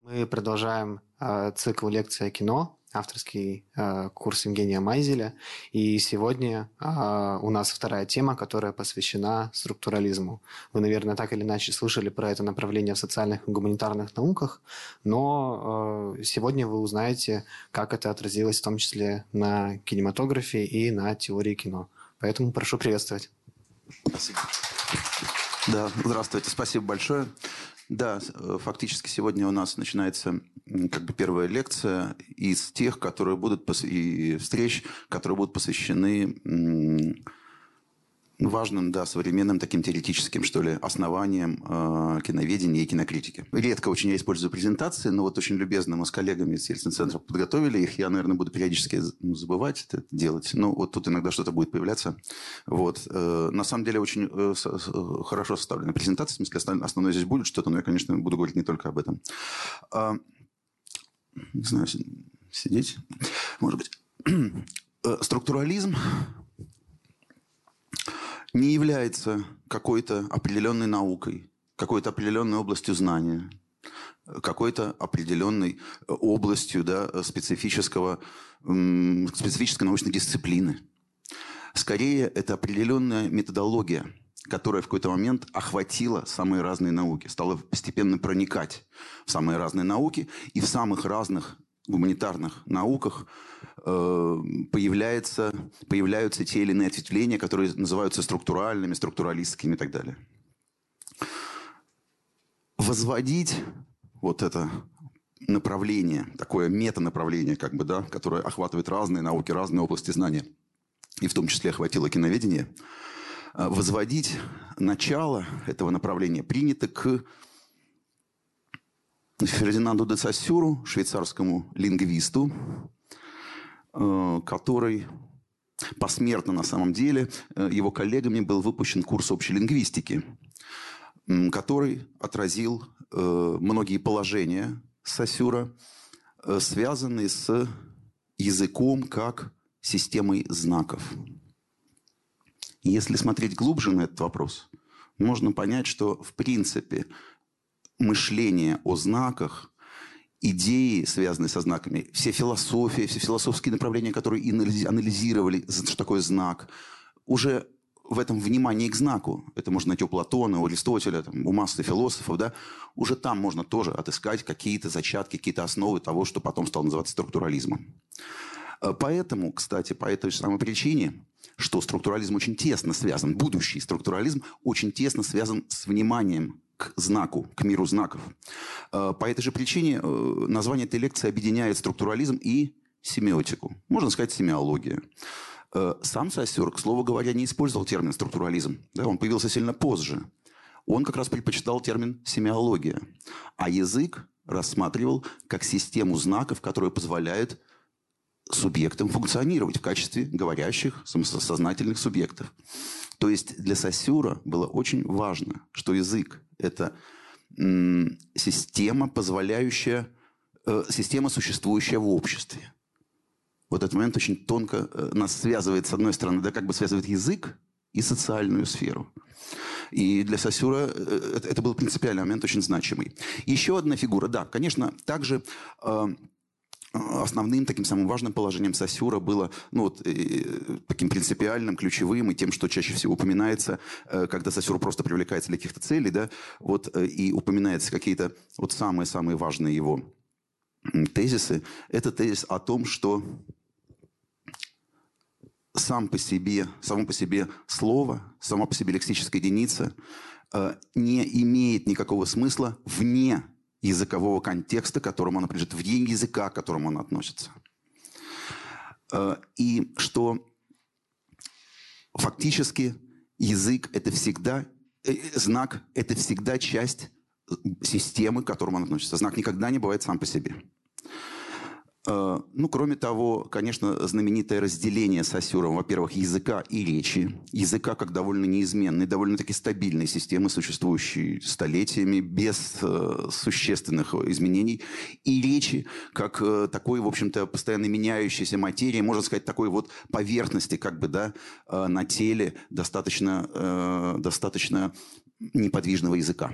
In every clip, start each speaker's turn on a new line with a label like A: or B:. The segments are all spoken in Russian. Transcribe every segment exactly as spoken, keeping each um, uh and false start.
A: Мы продолжаем э, цикл лекций о кино, авторский э, курс Евгения Майзеля. И сегодня э, у нас вторая тема, которая посвящена структурализму. Вы, наверное, так или иначе слышали про это направление в социальных и гуманитарных науках, но э, сегодня вы узнаете, как это отразилось в том числе на кинематографе и на теории кино. Поэтому прошу приветствовать.
B: Спасибо. Да, здравствуйте, спасибо большое. Да, фактически сегодня у нас начинается как бы первая лекция из тех, которые будут пос... и встреч, которые будут посвящены важным, да, современным таким теоретическим, что ли, основаниям э, киноведения и кинокритики. Редко очень я использую презентации, но вот очень любезно мы с коллегами из Ельцин-центра подготовили их. Я, наверное, буду периодически забывать это делать. Но вот тут иногда что-то будет появляться. Вот. Э, на самом деле очень э, с, э, хорошо составлена презентация. В смысле, основное здесь будет что-то, но я, конечно, буду говорить не только об этом. А, не знаю, сидеть. Может быть. Структурализм не является какой-то определенной наукой, какой-то определенной областью знания, какой-то определенной областью, да, специфического, специфической научной дисциплины. Скорее, это определенная методология, которая в какой-то момент охватила самые разные науки, стала постепенно проникать в самые разные науки, и в самых разных гуманитарных науках э, появляются, появляются те или иные ответвления, которые называются структуральными, структуралистскими и так далее. Возводить вот это направление, такое метанаправление, как бы, да, которое охватывает разные науки, разные области знания, и в том числе охватило киноведение, э, возводить начало этого направления принято к Фердинанду де Соссюру, швейцарскому лингвисту, который посмертно на самом деле его коллегами был выпущен курс общей лингвистики, который отразил многие положения Соссюра, связанные с языком как системой знаков. Если смотреть глубже на этот вопрос, можно понять, что в принципе мышление о знаках, идеи, связанные со знаками, все философии, все философские направления, которые анализировали, что такое знак, уже в этом внимании к знаку, это можно найти у Платона, у Аристотеля, там, у массы философов, да, уже там можно тоже отыскать какие-то зачатки, какие-то основы того, что потом стало называться структурализмом. Поэтому, кстати, по этой же самой причине, что структурализм очень тесно связан, будущий структурализм очень тесно связан с вниманием к знаку, к миру знаков. По этой же причине название этой лекции объединяет структурализм и семиотику. Можно сказать, семиология. Сам Соссюр, к слову говоря, не использовал термин структурализм. Да, он появился сильно позже. Он как раз предпочитал термин семиология. А язык рассматривал как систему знаков, которая позволяет субъектам функционировать в качестве говорящих, сознательных субъектов. То есть для Соссюра было очень важно, что язык – это м, система, позволяющая, э, система, существующая в обществе. Вот этот момент очень тонко э, нас связывает, с одной стороны, да, как бы связывает язык и социальную сферу. И для Соссюра э, это, это был принципиальный момент, очень значимый. Еще одна фигура, да, конечно, также… Э, Основным таким самым важным положением Соссюра было, ну, вот, э, таким принципиальным, ключевым, и тем, что чаще всего упоминается, э, когда Соссюр просто привлекается для каких-то целей, да, вот, э, и упоминаются какие-то вот самые-самые важные его тезисы. Это тезис о том, что сам по себе, само по себе слово, сама по себе лексическая единица э, не имеет никакого смысла вне языкового контекста, к которому она принадлежит, вне языка, к которому она относится. И что фактически язык – это всегда, знак – это всегда часть системы, к которому он относится. Знак никогда не бывает сам по себе. Ну, кроме того, конечно, знаменитое разделение Соссюром, во-первых, языка и речи. Языка как довольно неизменной, довольно-таки стабильной системы, существующей столетиями, без э, существенных изменений. И речи как э, такой, в общем-то, постоянно меняющейся материи, можно сказать, такой вот поверхности, как бы, да, э, на теле достаточно, э, достаточно неподвижного языка.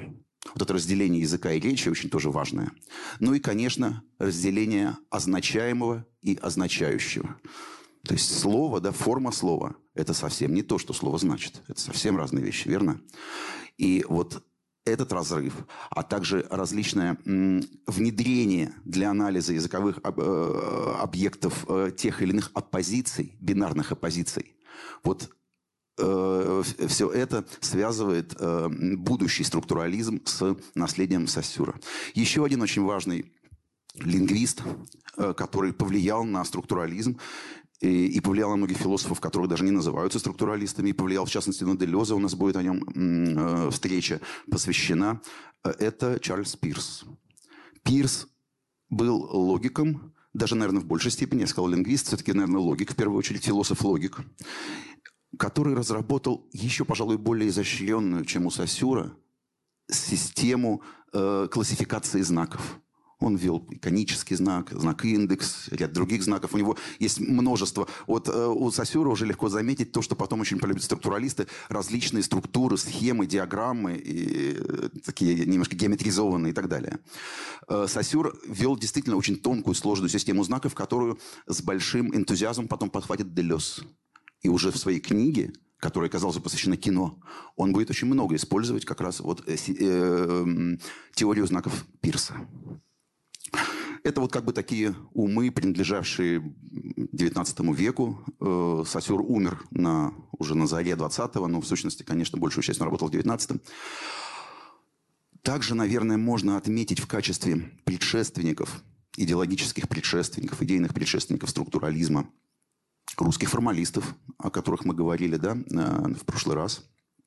B: Вот это разделение языка и речи очень тоже важное. Ну и, конечно, разделение означаемого и означающего. То есть слово, да, форма слова – это совсем не то, что слово значит. Это совсем разные вещи, верно? И вот этот разрыв, а также различное м, внедрение для анализа языковых об, э, объектов э, тех или иных оппозиций, бинарных оппозиций, вот э, все это связывает э, будущий структурализм с наследием Сосюра. Еще один очень важный лингвист, э, который повлиял на структурализм, И, и повлиял на многих философов, которые даже не называются структуралистами, и повлиял, в частности, на Делеза. У нас будет о нем э, встреча посвящена. Это Чарльз Пирс. Пирс был логиком, даже, наверное, в большей степени, я сказал лингвист, все-таки, наверное, логик, в первую очередь, философ-логик, который разработал еще, пожалуй, более изощренную, чем у Сосюра, систему э, классификации знаков. Он ввел иконический знак, знак индекс, ряд других знаков. У него есть множество. Вот э, у Сосюра уже легко заметить то, что потом очень полюбят структуралисты. Различные структуры, схемы, диаграммы, и, э, такие немножко геометризованные и так далее. Э, Сосюр ввел действительно очень тонкую, сложную систему знаков, которую с большим энтузиазмом потом подхватит Делез. И уже в своей книге, которая, казалось бы, посвящена кино, он будет очень много использовать как раз вот, э, э, теорию знаков Пирса. Это вот как бы такие умы, принадлежавшие девятнадцатому веку. Сосюр умер на, уже на заре двадцатого, но в сущности, конечно, большую часть он работал в девятнадцатом. Также, наверное, можно отметить в качестве предшественников, идеологических предшественников, идейных предшественников структурализма русских формалистов, о которых мы говорили, да, в прошлый раз.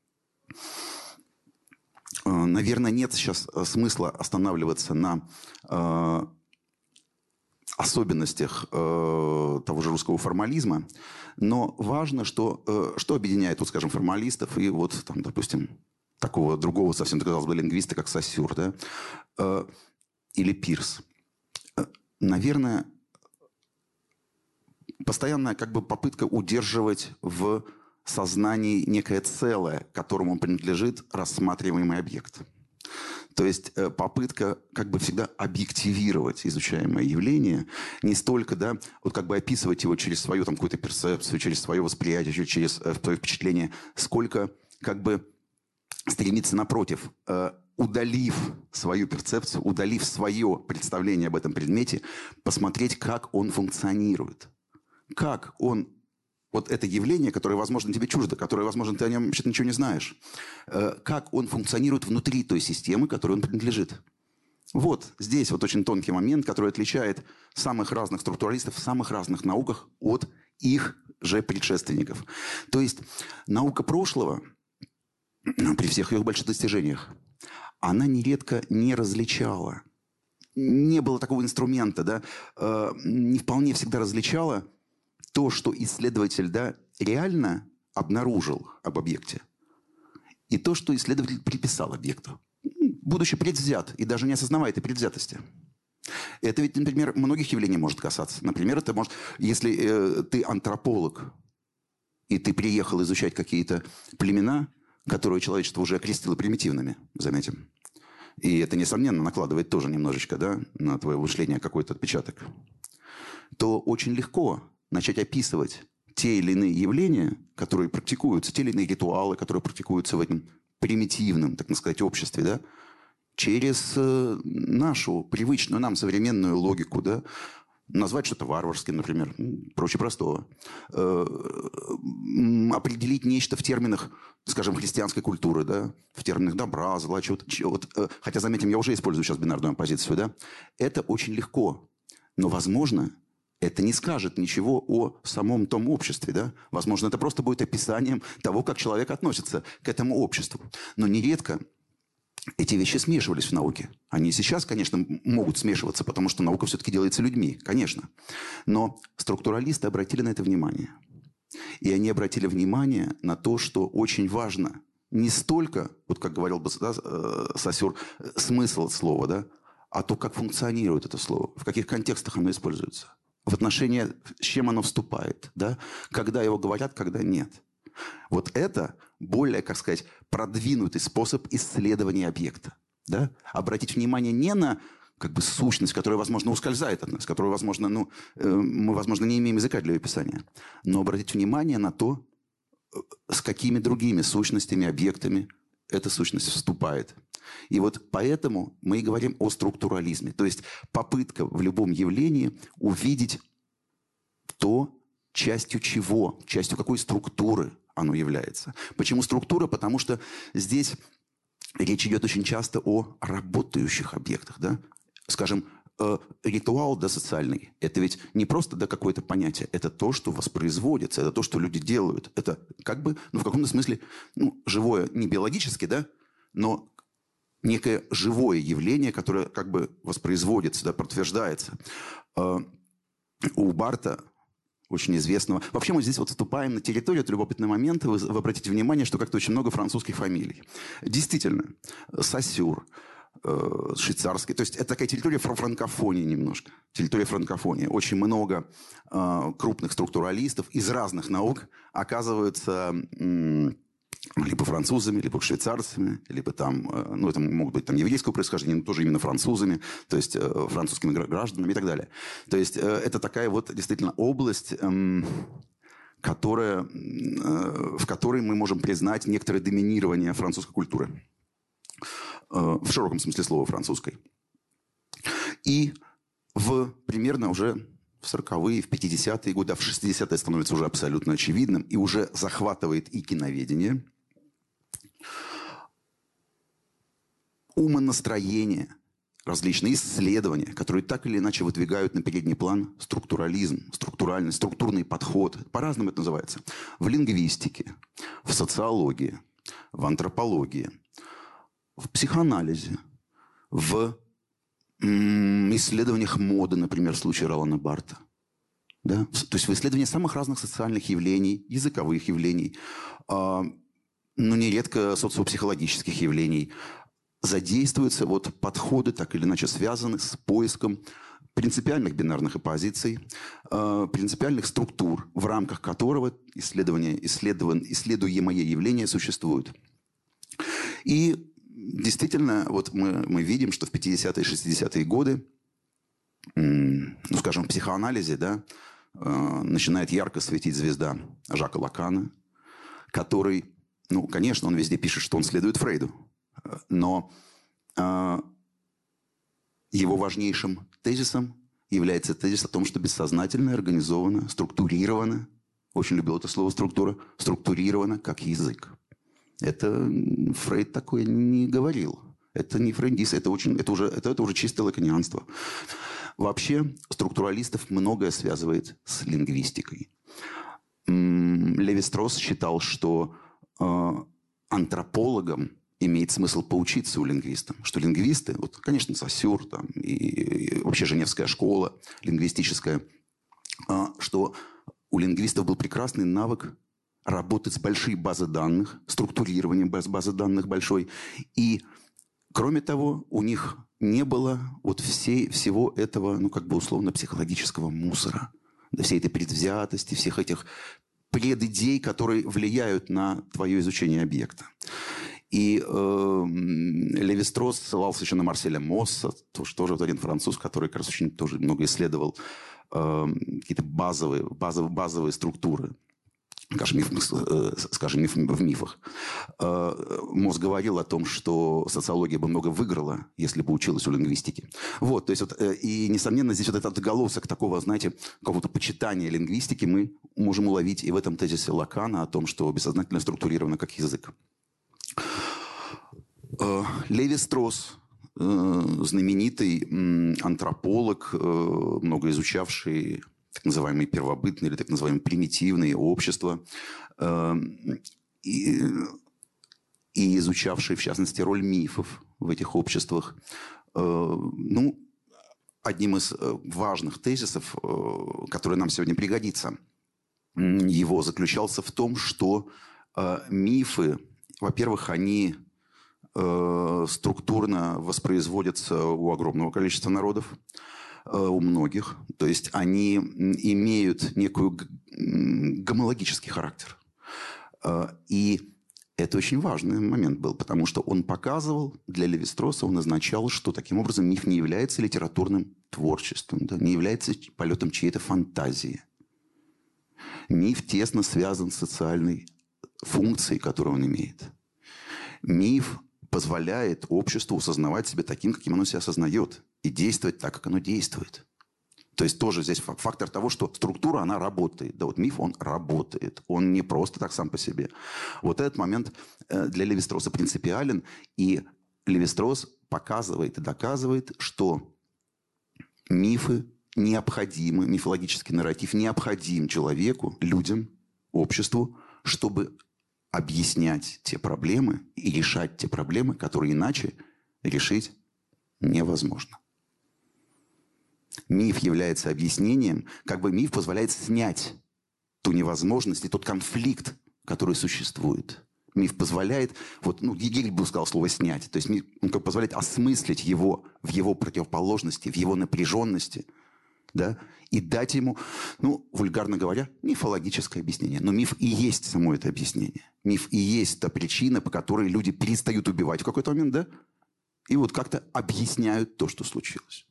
B: Наверное, нет сейчас смысла останавливаться на э, особенностях э, того же русского формализма, но важно, что, э, что объединяет, вот, скажем, формалистов и вот, там, допустим, такого другого совсем, казалось бы, лингвиста, как Сосюр, да, э, или Пирс. Наверное, постоянная как бы попытка удерживать в сознании некое целое, которому принадлежит рассматриваемый объект. То есть попытка как бы всегда объективировать изучаемое явление, не столько, да, вот как бы описывать его через свою там какую-то перцепцию, через свое восприятие, через свое впечатление, сколько как бы стремиться напротив, удалив свою перцепцию, удалив свое представление об этом предмете, посмотреть, как он функционирует, как он. Вот это явление, которое, возможно, тебе чуждо, которое, возможно, ты о нем вообще-то ничего не знаешь. Как он функционирует внутри той системы, которой он принадлежит. Вот здесь вот очень тонкий момент, который отличает самых разных структуралистов в самых разных науках от их же предшественников. То есть наука прошлого, при всех ее больших достижениях, она нередко не различала. Не было такого инструмента, да, не вполне всегда различала то, что исследователь, да, реально обнаружил об объекте, и то, что исследователь приписал объекту, будучи предвзят и даже не осознавая этой предвзятости. Это ведь, например, многих явлений может касаться. Например, это может, если э, ты антрополог, и ты приехал изучать какие-то племена, которые человечество уже окрестило примитивными, заметим. И это, несомненно, накладывает тоже немножечко, да, на твое мышление какой-то отпечаток. То очень легко начать описывать те или иные явления, которые практикуются, те или иные ритуалы, которые практикуются в этом примитивном, так сказать, обществе, да, через э, нашу привычную нам современную логику, да, назвать что-то варварским, например, проще простого, э, определить нечто в терминах, скажем, христианской культуры, да, в терминах добра, зла, чего-то, вот, э, хотя, заметим, я уже использую сейчас бинарную оппозицию, да, это очень легко, но, возможно, это не скажет ничего о самом том обществе, да? Возможно, это просто будет описанием того, как человек относится к этому обществу. Но нередко эти вещи смешивались в науке. Они сейчас, конечно, могут смешиваться, потому что наука все-таки делается людьми, конечно. Но структуралисты обратили на это внимание. И они обратили внимание на то, что очень важно не столько, вот как говорил бы, да, Сосюр, смысл слова, да, а то, как функционирует это слово, в каких контекстах оно используется. В отношении, с чем оно вступает, да? Когда его говорят, когда нет. Вот это более, как сказать, продвинутый способ исследования объекта. Да? Обратить внимание не на как бы сущность, которая, возможно, ускользает от нас, которую, возможно, ну, э, мы, возможно, не имеем языка для ее описания, но обратить внимание на то, с какими другими сущностями, объектами эта сущность вступает. И вот поэтому мы и говорим о структурализме. То есть попытка в любом явлении увидеть то, частью чего, частью какой структуры оно является. Почему структура? Потому что здесь речь идет очень часто о работающих объектах. Да? Скажем, э, ритуал да, социальный – это ведь не просто да, какое-то понятие, это то, что воспроизводится, это то, что люди делают. Это как бы, ну, в каком-то смысле, ну, живое, не биологически, да, но некое живое явление, которое как бы воспроизводится, да, подтверждается. Э, у Барта, очень известного. Вообще мы здесь вот вступаем на территорию, это любопытный момент, вы, вы обратите внимание, что как-то очень много французских фамилий. Действительно, Сосюр, э, швейцарский, то есть это такая территория франкофонии немножко, территория франкофонии. Очень много э, крупных структуралистов из разных наук оказываются м- либо французами, либо швейцарцами, либо там, ну, это могут быть там еврейского происхождения, но тоже именно французами, то есть э, французскими гражданами и так далее. То есть э, это такая вот действительно область, э, которая, э, в которой мы можем признать некоторое доминирование французской культуры. Э, в широком смысле слова французской. И в примерно уже в сороковые, в пятидесятые годы, а в шестидесятые становится уже абсолютно очевидным и уже захватывает и киноведение. Умонастроение, различные исследования, которые так или иначе выдвигают на передний план структурализм, структуральный, структурный подход. По-разному это называется. В лингвистике, в социологии, в антропологии, в психоанализе, в м- исследованиях моды, например, в случае Ролана Барта. Да? То есть в исследовании самых разных социальных явлений, языковых явлений, э, но нередко социопсихологических явлений, задействуются вот подходы, так или иначе связаны с поиском принципиальных бинарных оппозиций, э, принципиальных структур, в рамках которого исследование, исследован, исследуемое явление существует. И действительно, вот мы, мы видим, что в пятидесятые и шестидесятые годы, м, ну, скажем, в психоанализе, да, э, начинает ярко светить звезда Жака Лакана, который, ну, конечно, он везде пишет, что он следует Фрейду, но э, его важнейшим тезисом является тезис о том, что бессознательно организовано, структурировано, очень любил это слово структура, структурировано как язык. Это Фрейд такое не говорил. Это не фрейдист, это, очень, это, уже, это, это уже чистое лаканианство. Вообще структуралистов многое связывает с лингвистикой. Леви-Стросс считал, что э, антропологам имеет смысл поучиться у лингвистов. Что лингвисты, вот, конечно, Сосюр там, и, и вообще Женевская школа лингвистическая, э, что у лингвистов был прекрасный навык работать с большой базой данных, структурированием базы данных большой. И, кроме того, у них не было вот всей, всего этого, ну, как бы условно-психологического мусора. Всей этой предвзятости, всех этих предидей, которые влияют на твое изучение объекта. И э, Леви-Стросс ссылался еще на Марселя Мосса, тоже, тоже вот один француз, который как раз очень тоже много исследовал э, какие-то базовые, базовые, базовые структуры. Скажем, миф, скажем, миф в мифах. Мосс говорил о том, что социология бы много выиграла, если бы училась у лингвистики. Вот, то есть вот, и, несомненно, здесь вот этот отголосок такого, знаете, какого-то почитания лингвистики мы можем уловить и в этом тезисе Лакана о том, что бессознательно структурировано как язык. Леви-Стросс, знаменитый антрополог, много изучавший так называемые первобытные или так называемые примитивные общества, э, и, и изучавшие, в частности, роль мифов в этих обществах. Э, ну, одним из важных тезисов, э, который нам сегодня пригодится, его заключался в том, что э, мифы, во-первых, они э, структурно воспроизводятся у огромного количества народов, у многих. То есть они имеют некую гомологический характер. И Это очень важный момент был, потому что он показывал, для Леви-Стросса он означал, что таким образом миф не является литературным творчеством, да, не является полетом чьей-то фантазии. Миф тесно связан с социальной функцией, которую он имеет. Миф позволяет обществу осознавать себя таким, каким оно себя осознает, и действовать так, как оно действует. То есть тоже здесь фактор того, что структура, она работает. Да, вот миф, он работает. Он не просто так сам по себе. Вот этот момент для Леви-Стросса принципиален. И Леви-Стросс показывает и доказывает, что мифы необходимы, мифологический нарратив необходим человеку, людям, обществу, чтобы объяснять те проблемы и решать те проблемы, которые иначе решить невозможно. Миф является объяснением, как бы миф позволяет снять ту невозможность и тот конфликт, который существует. Миф позволяет, вот, ну, Гегель бы сказал слово «снять», то есть миф, он как позволяет осмыслить его в его противоположности, в его напряженности, да, и дать ему, ну, вульгарно говоря, мифологическое объяснение. Но миф и есть само это объяснение. Миф и есть та причина, по которой люди перестают убивать в какой-то момент, да, и вот как-то объясняют то, что случилось.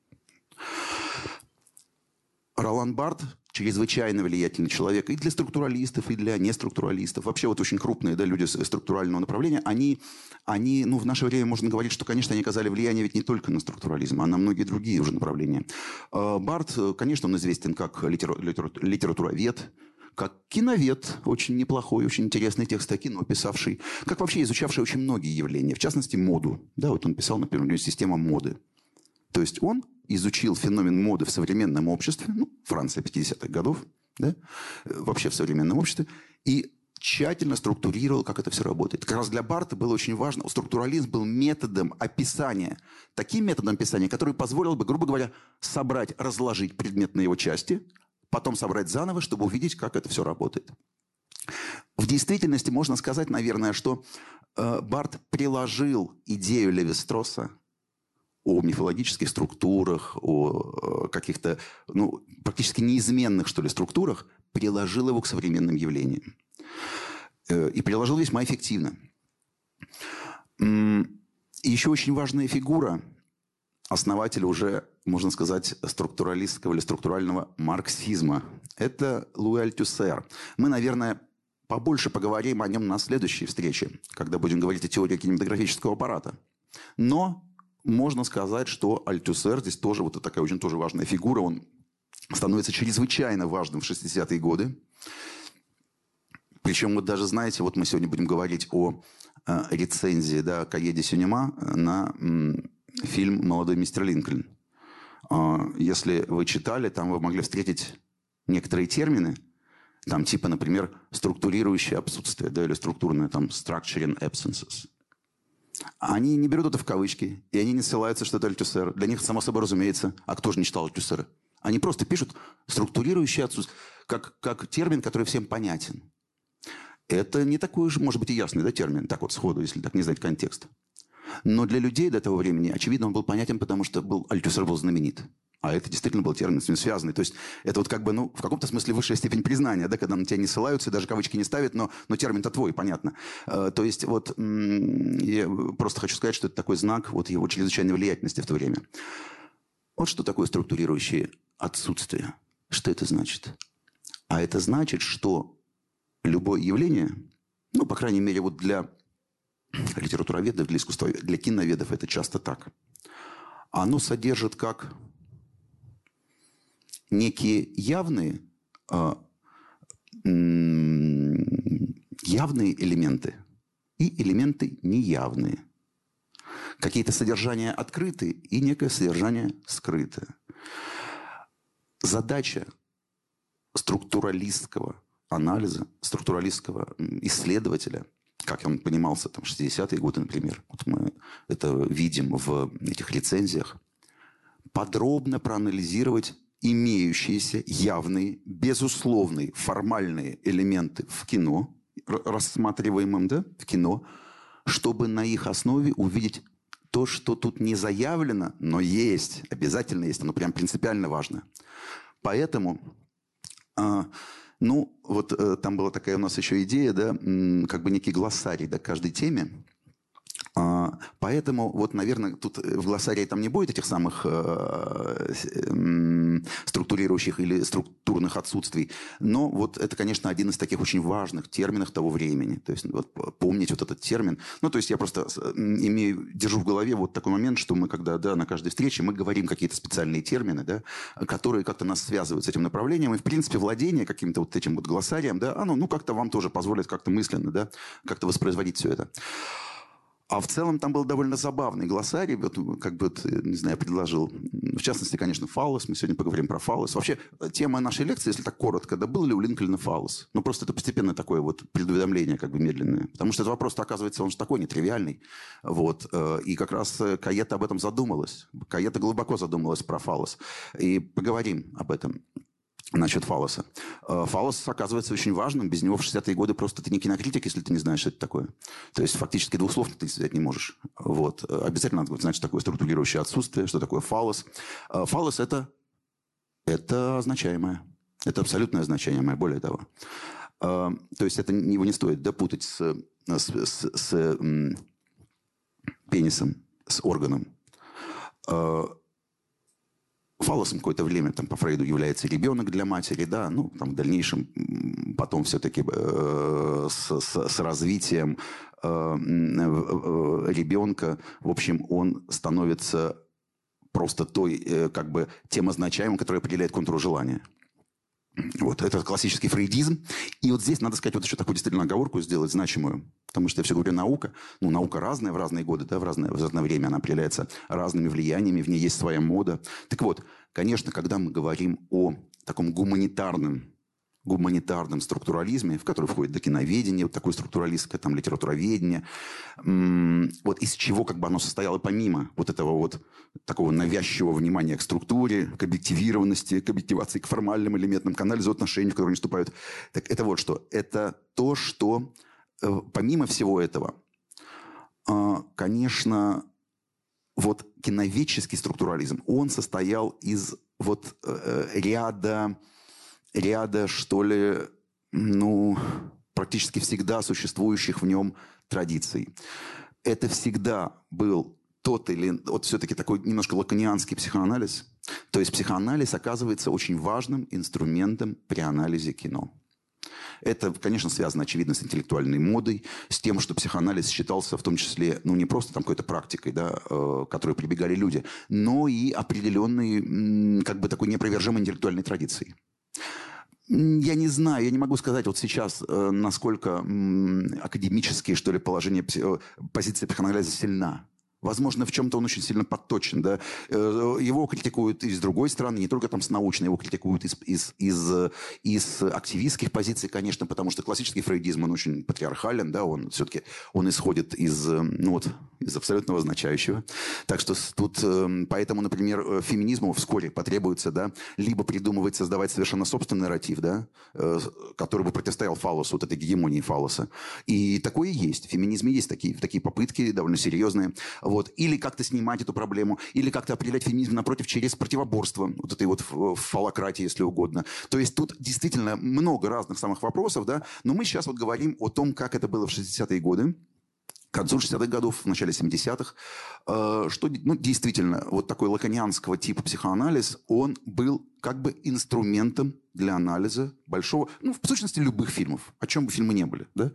B: Ролан Барт чрезвычайно влиятельный человек и для структуралистов, и для неструктуралистов. Вообще вот очень крупные, да, люди структурального направления, они, они, ну, в наше время можно говорить, что, конечно, они оказали влияние ведь не только на структурализм, а на многие другие уже направления. Барт, конечно, он известен как литера, литера, литературовед, как киновед, очень неплохой, очень интересный текст о кино писавший, как вообще изучавший очень многие явления, в частности, моду. Да, вот он писал, например, у него система моды. То есть он изучил феномен моды в современном обществе, ну, Франция пятидесятых годов, да, вообще в современном обществе, и тщательно структурировал, как это все работает. Как раз для Барта было очень важно, структурализм был методом описания, таким методом описания, который позволил бы, грубо говоря, собрать, разложить предмет на его части, потом собрать заново, чтобы увидеть, как это все работает. В действительности можно сказать, наверное, что э, Барт приложил идею Леви-Стросса о мифологических структурах, о каких-то, ну, практически неизменных, что ли, структурах, приложил его к современным явлениям. И приложил весьма эффективно. И еще очень важная фигура, основатель уже, можно сказать, структуралистского или структурального марксизма, это Луи Альтюсер. Мы, наверное, побольше поговорим о нем на следующей встрече, когда будем говорить о теории кинематографического аппарата. Но можно сказать, что Альтюсер здесь тоже вот такая очень тоже важная фигура. Он становится чрезвычайно важным в шестидесятые годы. Причем, вот даже, знаете, вот мы сегодня будем говорить о э, рецензии, да, Cahiers du Cinéma на м, фильм «Молодой мистер Линкольн». Э, если вы читали, там вы могли встретить некоторые термины, там типа, например, структурирующее отсутствие, да, или структурное, там, structuring absences. Они не берут это в кавычки, и они не ссылаются, что это Альтюсер. Для них, само собой разумеется, а кто же не читал Альтюсера? Они просто пишут структурирующее отсутствие, как, как термин, который всем понятен. Это не такой же, может быть, и ясный, да, термин, так вот сходу, если так не знать контекст. Но для людей до того времени, очевидно, он был понятен, потому что был, Альтюсер был знаменит. А это действительно был термин с ним связанный. То есть это вот как бы, ну, в каком-то смысле высшая степень признания, да, когда на тебя не ссылаются, даже кавычки не ставят, но, но термин-то твой, понятно. Э, то есть вот я просто хочу сказать, что это такой знак вот его чрезвычайной влиятельности в то время. Вот что такое структурирующее отсутствие. Что это значит? А это значит, что любое явление, ну, по крайней мере, вот для литературоведов, для искусствоведов, для киноведов это часто так. Оно содержит как некие явные, э, явные элементы и элементы неявные. Какие-то содержания открытые и некое содержание скрытое. Задача структуралистского анализа, структуралистского исследователя, как он понимался там, в шестидесятые годы, например, вот мы это видим в этих рецензиях, подробно проанализировать имеющиеся явные, безусловные, формальные элементы в кино, рассматриваемом, да, в кино, чтобы на их основе увидеть то, что тут не заявлено, но есть, обязательно есть, оно прям принципиально важно. Поэтому э, Ну, вот э, там была такая у нас еще идея, да, м, как бы некий глоссарий, да, к каждой теме. А, поэтому, вот, наверное, тут в глоссарии там не будет этих самых э, э, структурирующих или структурных отсутствий. Но вот это, конечно, один из таких очень важных терминов того времени. То есть вот, помнить вот этот термин. Ну, то есть я просто имею, держу в голове вот такой момент, что мы, когда да, на каждой встрече мы говорим какие-то специальные термины, да, которые как-то нас связывают с этим направлением. И, в принципе, владение каким-то вот этим вот глоссарием, да, оно ну, как-то вам тоже позволит как-то мысленно, да, как-то воспроизводить все это. А в целом там был довольно забавный глоссарий, вот, как бы, вот, не знаю, предложил. В частности, конечно, фаллос. Мы сегодня поговорим про фаллос. Вообще, тема нашей лекции, если так коротко, да был ли у Линкольна фаллос? Ну, просто это постепенно такое вот предуведомление, как бы медленное. Потому что этот вопрос, оказывается, он же такой нетривиальный. Вот. И как раз Каета об этом задумалась. Каета глубоко задумалась про фаллос. И поговорим об этом. Насчет фаллоса. Фаллос оказывается очень важным. Без него в шестидесятые годы просто ты не кинокритик, если ты не знаешь, что это такое. То есть фактически двух слов ты связать не можешь. Вот. Обязательно надо знать, что такое структурирующее отсутствие, что такое фаллос. Фаллос это, это означаемое. Это абсолютное означаемое, более того. То есть это его не стоит допутать с, с, с, с м, пенисом, с органом. Фаллосом какое-то время там, по Фрейду является ребенок для матери, да, ну, там, в дальнейшем потом все-таки э, с, с, с развитием э, э, ребенка, в общем, он становится просто той, э, как бы, тем означаемым, который определяет контур желания. Вот, это классический фрейдизм. И вот здесь надо сказать вот еще такую действительно оговорку сделать значимую. Потому что я все говорю наука. Ну, наука разная в разные годы, да, в разное, в разное время она определяется разными влияниями, в ней есть своя мода. Так вот, конечно, когда мы говорим о таком гуманитарном, гуманитарном структурализме, в который входит докиноведение, вот такое структуралистское, там, литературоведение, м- вот из чего как бы оно состояло помимо вот этого вот такого навязчивого внимания к структуре, к объективированности, к объективации, к формальным элементам, к анализу отношений, в которые они вступают. Так это вот что. Это то, что э, помимо всего этого, э, конечно, вот киноведческий структурализм, он состоял из вот э, ряда ряда, что ли, ну, практически всегда существующих в нем традиций. Это всегда был тот или... Вот все-таки такой немножко лаканианский психоанализ. То есть психоанализ оказывается очень важным инструментом при анализе кино. Это, конечно, связано, очевидно, с интеллектуальной модой, с тем, что психоанализ считался в том числе, ну, не просто там какой-то практикой, да, э, к которой прибегали люди, но и определенной, как бы такой неопровержимой интеллектуальной традицией. Я не знаю, я не могу сказать вот сейчас, э, насколько м, академические, что ли, положения, пси- позиция психоанализа сильна. Возможно, в чем-то он очень сильно подточен. Да? Его критикуют и с другой стороны, не только там с научной, его критикуют из, из, из, из активистских позиций, конечно, потому что классический фрейдизм, он очень патриархален, да? Он все-таки он исходит из, ну, вот, из абсолютного означающего. Так что тут, поэтому, например, феминизму вскоре потребуется, да, либо придумывать, создавать совершенно собственный нарратив, да, который бы противостоял фаллосу, вот этой гегемонии фаллоса. И такое есть. В феминизме есть такие, такие попытки довольно серьезные. Вот. Или как-то снимать эту проблему, или как-то определять феминизм, напротив, через противоборство вот этой вот фалократии, если угодно. То есть тут действительно много разных самых вопросов, да, но мы сейчас вот говорим о том, как это было в шестидесятые годы, к концу шестидесятых годов, в начале семидесятых, что, ну, действительно, вот такой лаканианского типа психоанализ, он был как бы инструментом для анализа большого, ну, в сущности, любых фильмов, о чем бы фильмы не были, да.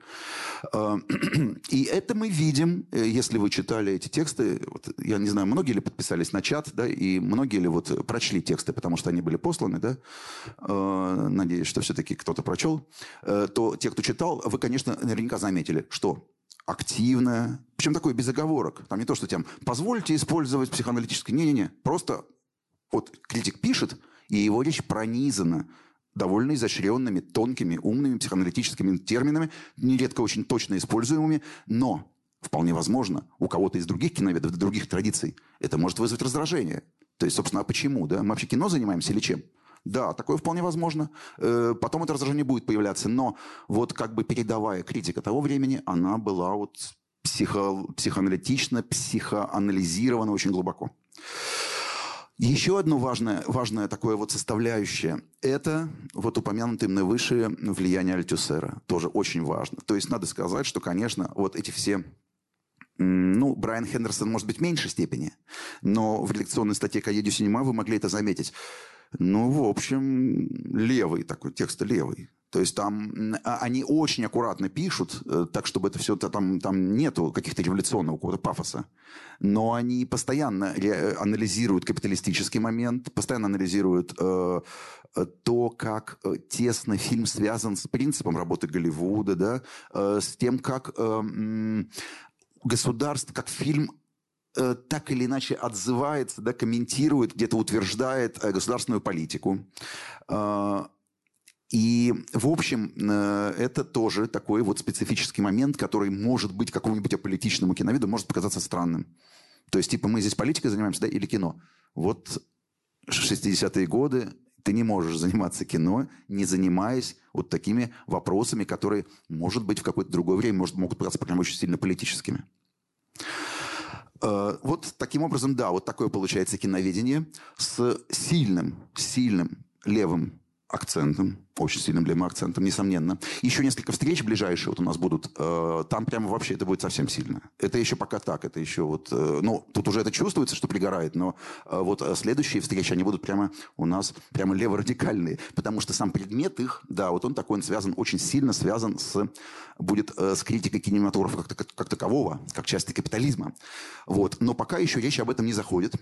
B: И это мы видим, если вы читали эти тексты, вот, я не знаю, многие ли подписались на чат, да, и многие ли вот прочли тексты, потому что они были посланы, да, надеюсь, что все-таки кто-то прочел, то те, кто читал, вы, конечно, наверняка заметили, что активная, причем такое без оговорок. Там не то, что тем позвольте использовать психоаналитическое. Не-не-не. Просто вот критик пишет, и его речь пронизана довольно изощренными, тонкими, умными психоаналитическими терминами, нередко очень точно используемыми, но вполне возможно, у кого-то из других киноведов, других традиций, это может вызвать раздражение. То есть, собственно, а почему? Да? Мы вообще кино занимаемся или чем? Да, такое вполне возможно. Потом это раздражение будет появляться. Но вот как бы передовая критика того времени, она была вот психо, психоаналитично, психоанализирована очень глубоко. Еще одно важное, важное такое вот составляющее – это вот упомянутое мной выше влияние Альтюсера. Тоже очень важно. То есть надо сказать, что, конечно, вот эти все… Ну, Брайан Хендерсон, может быть, в меньшей степени, но в редакционной статье «Cahiers du Cinema» вы могли это заметить. Ну, в общем, левый такой, текст левый. То есть там они очень аккуратно пишут, так, чтобы это все, там, там нету каких-то революционного какого-то пафоса. Но они постоянно анализируют капиталистический момент, постоянно анализируют э, то, как тесно фильм связан с принципом работы Голливуда, да, э, с тем, как э, государство, как фильм э, так или иначе отзывается, да, комментирует, где-то утверждает э, государственную политику. Э, И, в общем, это тоже такой вот специфический момент, который может быть какому-нибудь аполитичному киновиду может показаться странным. То есть, типа, мы здесь политикой занимаемся, да, или кино. Вот шестидесятые годы ты не можешь заниматься кино, не занимаясь вот такими вопросами, которые, может быть, в какое-то другое время может, могут показаться прям очень сильно политическими. Вот таким образом, да, вот такое получается киноведение с сильным, сильным левым акцентом, очень сильным левым акцентом, несомненно. Еще несколько встреч ближайшие вот у нас будут. Э, там прямо вообще это будет совсем сильно. Это еще пока так, это еще вот... Э, ну, тут уже это чувствуется, что пригорает, но э, вот следующие встречи, они будут прямо у нас прямо леворадикальные, потому что сам предмет их, да, вот он такой, он связан, очень сильно связан с... будет э, с критикой кинематографа как, как, как такового, как части капитализма. Вот. Но пока еще речь об этом не заходит.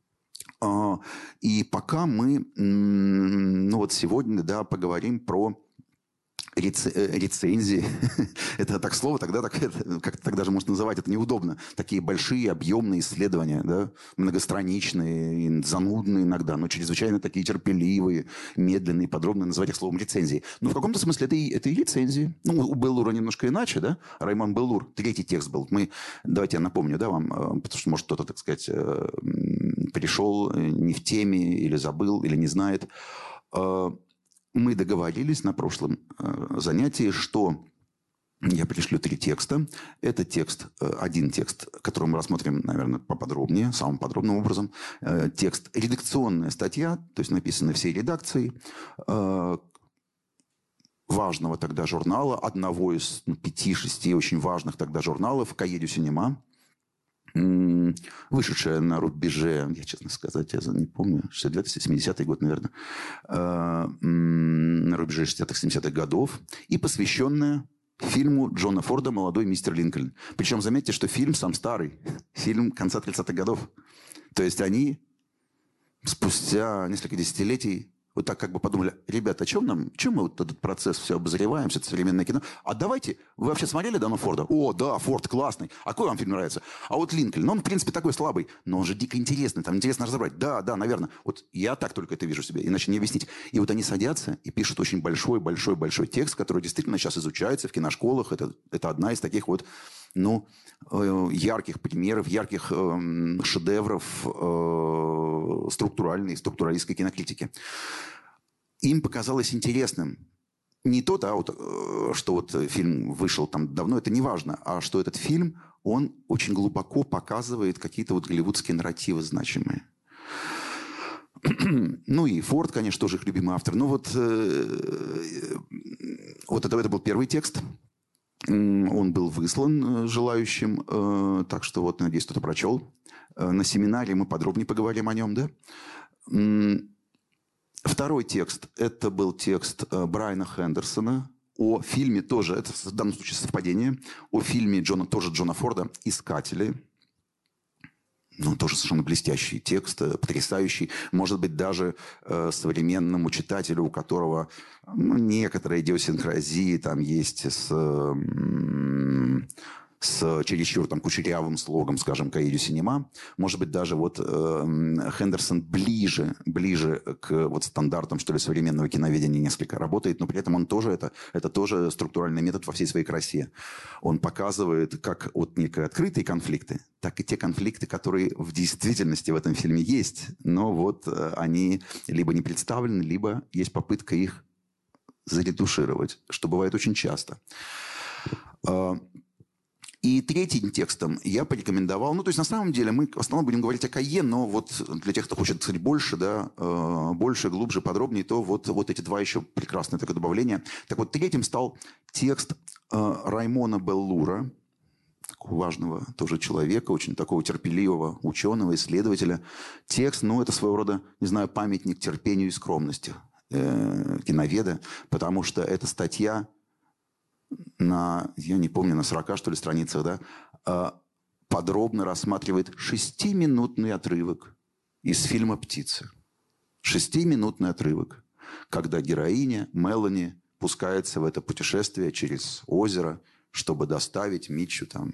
B: И пока мы, ну вот сегодня, да, поговорим про рецензии. Это так слово, тогда так, как тогда же можно называть, это неудобно. Такие большие объемные исследования, да, многостраничные, занудные иногда, но чрезвычайно такие терпеливые, медленные, подробные, называть их словом рецензии. Но в каком-то смысле это и, это и рецензии. Ну, у Беллура немножко иначе, да? Раймон Беллур, третий текст был. Мы, давайте я напомню, да, вам, потому что, может, кто-то, так сказать, пришел не в теме или забыл, или не знает. Мы договорились на прошлом э, занятии, что я пришлю три текста. Это текст, э, один текст, который мы рассмотрим, наверное, поподробнее, самым подробным образом. Э, текст редакционная статья, то есть написанная всей редакцией э, важного тогда журнала, одного из ну, пяти-шести очень важных тогда журналов «Cahiers du Cinema», вышедшая на рубеже, я, честно сказать, я не помню, шестьдесят девятый семидесятый год, наверное, на рубеже шестидесятых-семидесятых годов, и посвященная фильму Джона Форда «Молодой мистер Линкольн». Причем заметьте, что фильм сам старый, фильм конца тридцатых годов. То есть они спустя несколько десятилетий вот так как бы подумали, ребята, о чем нам, чем мы вот этот процесс все обозреваем, все это современное кино? А давайте, вы вообще смотрели Джона Форда? О, да, Форд классный. А какой вам фильм нравится? А вот Линкольн, ну он в принципе такой слабый, но он же дико интересный, там интересно разобрать. Да, да, наверное. Вот я так только это вижу себе, иначе не объяснить. И вот они садятся и пишут очень большой-большой-большой текст, который действительно сейчас изучается в киношколах. Это, это одна из таких вот, ну, ярких примеров, ярких э, шедевров э, структуральной, структуралистской кинокритики. Им показалось интересным не то, да, вот, что вот фильм вышел там давно, это не важно, а что этот фильм, он очень глубоко показывает какие-то вот голливудские нарративы значимые. Ну и Форд, конечно, тоже их любимый автор. Ну вот, э, вот это, это был первый текст. Он был выслан желающим, э, так что вот, надеюсь, кто-то прочел. Э, на семинаре мы подробнее поговорим о нем, да. Второй текст – это был текст э, Брайана Хендерсона о фильме тоже, это в данном случае совпадение, о фильме Джона, тоже Джона Форда «Искатели». Ну, тоже совершенно блестящий текст, потрясающий. Может быть, даже э, современному читателю, у которого ну, некоторая идиосинкразия там есть с, э, с чересчур там, кучерявым слогом, скажем, «Cahiers du Cinema». Может быть, даже вот э, Хендерсон ближе, ближе к вот, стандартам, что ли, современного киноведения несколько работает, но при этом он тоже, это, это тоже структуральный метод во всей своей красе. Он показывает как вот некие открытые конфликты, так и те конфликты, которые в действительности в этом фильме есть. Но вот э, они либо не представлены, либо есть попытка их заретушировать, что бывает очень часто. И третьим текстом я порекомендовал, ну, то есть на самом деле мы в основном будем говорить о Кайен, но вот для тех, кто хочет сказать больше, да, э, больше, глубже, подробнее, то вот, вот эти два еще прекрасные такое добавление. Так вот, третьим стал текст э, Раймона Беллура, такого важного тоже человека, очень такого терпеливого ученого, исследователя. Текст, ну, это своего рода, не знаю, памятник терпению и скромности э, киноведа, потому что эта статья на, я не помню, на сорока, что ли, страницах, да, подробно рассматривает шестиминутный отрывок из фильма «Птицы». Шестиминутный отрывок, когда героиня Мелани пускается в это путешествие через озеро, чтобы доставить Митчу, там,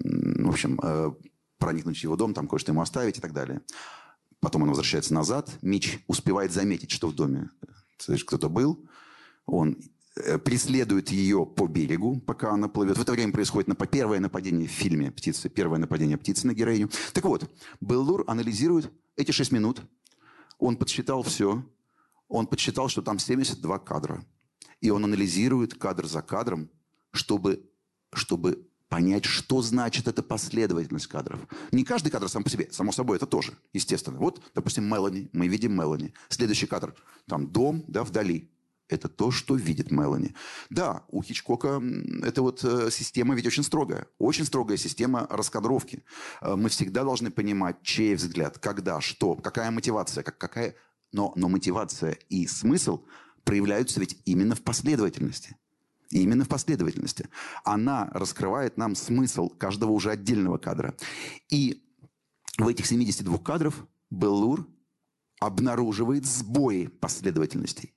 B: в общем, проникнуть в его дом, там кое-что ему оставить и так далее. Потом он возвращается назад. Митч успевает заметить, что в доме кто-то был. Он преследует ее по берегу, пока она плывет. В это время происходит нап- первое нападение в фильме «Птицы», первое нападение птицы на героиню. Так вот, Беллур анализирует эти шесть минут. Он подсчитал все. Он подсчитал, что там семьдесят два кадра. И он анализирует кадр за кадром, чтобы, чтобы понять, что значит эта последовательность кадров. Не каждый кадр сам по себе, само собой, это тоже, естественно. Вот, допустим, Мелани, мы видим Мелани. Следующий кадр, там дом, да, вдали. Это то, что видит Мелани. Да, у Хичкока эта вот э, система ведь очень строгая. Очень строгая система раскадровки. Э, мы всегда должны понимать, чей взгляд, когда, что, какая мотивация. Как, какая... Но, но мотивация и смысл проявляются ведь именно в последовательности. И именно в последовательности. Она раскрывает нам смысл каждого уже отдельного кадра. И в этих семидесяти двух кадрах Беллур обнаруживает сбои последовательностей.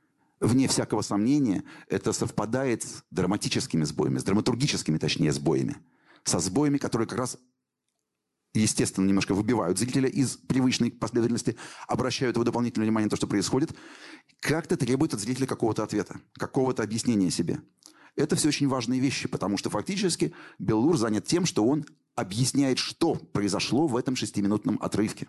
B: Вне всякого сомнения, это совпадает с драматическими сбоями, с драматургическими, точнее, сбоями. Со сбоями, которые как раз, естественно, немножко выбивают зрителя из привычной последовательности, обращают его дополнительное внимание на то, что происходит, как-то требует от зрителя какого-то ответа, какого-то объяснения себе. Это все очень важные вещи, потому что фактически Беллур занят тем, что он объясняет, что произошло в этом шестиминутном отрывке.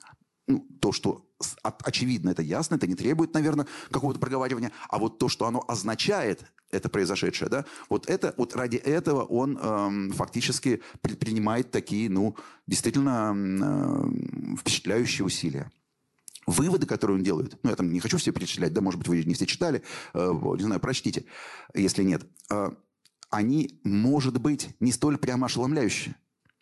B: Ну, то, что очевидно, это ясно, это не требует, наверное, какого-то проговаривания, а вот то, что оно означает, это произошедшее, да, вот, это, вот ради этого он эм, фактически предпринимает такие, ну, действительно э, впечатляющие усилия. Выводы, которые он делает, ну, я там не хочу все перечислять, да, может быть, вы не все читали, э, не знаю, прочтите, если нет, э, они, может быть, не столь прямо ошеломляющие.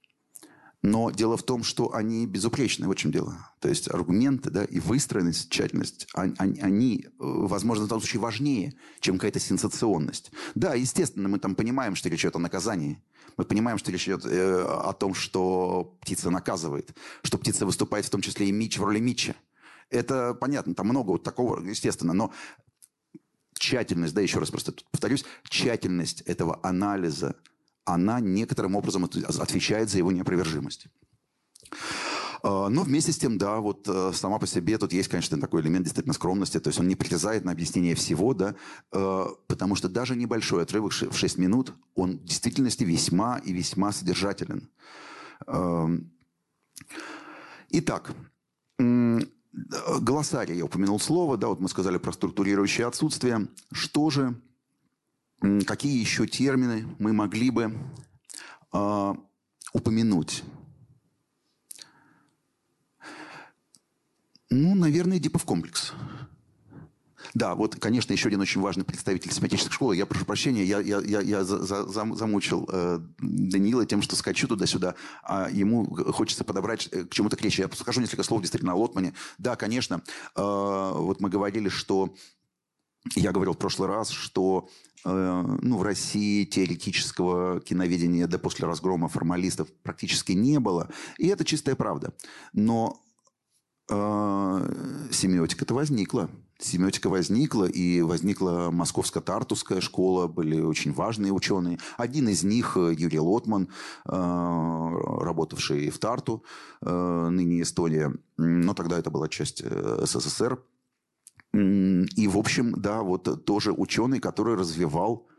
B: Но дело в том, что они безупречны. Вот в чем дело. То есть аргументы, да, и выстроенность, тщательность, они, они, возможно, в том случае важнее, чем какая-то сенсационность. Да, естественно, мы там понимаем, что речь идет о наказании. Мы понимаем, что речь идет э, о том, что птица наказывает. Что птица выступает в том числе и Митч в роли Митча. Это понятно, там много вот такого, естественно. Но тщательность, да, еще раз просто повторюсь, тщательность этого анализа, она некоторым образом отвечает за его неопровержимость. Но вместе с тем, да, вот сама по себе тут есть, конечно, такой элемент действительно скромности. То есть он не притязает на объяснение всего, да, потому что даже небольшой отрывок в шесть минут, он в действительности весьма и весьма содержателен. Итак, глоссарий, я упомянул слово, да, вот мы сказали про структурирующее отсутствие. Что же... Какие еще термины мы могли бы э, упомянуть? Ну, наверное, Эдипов комплекс. Да, вот, конечно, еще один очень важный представитель семиотической школы. Я прошу прощения, я, я, я, я за, за, замучил э, Даниила тем, что скачу туда-сюда, а ему хочется подобрать к чему-то к речи. Я скажу несколько слов действительно о Лотмане. Да, конечно, э, вот мы говорили, что... Я говорил в прошлый раз, что э, ну, в России теоретического киноведения да после разгрома формалистов практически не было. И это чистая правда. Но э, семиотика-то возникла. Семиотика возникла, и возникла Московско-Тартусская школа, были очень важные ученые. Один из них Юрий Лотман, э, работавший в Тарту, э, ныне Эстония, но тогда это была часть СССР. И, в общем, да, вот тоже ученый, который развивал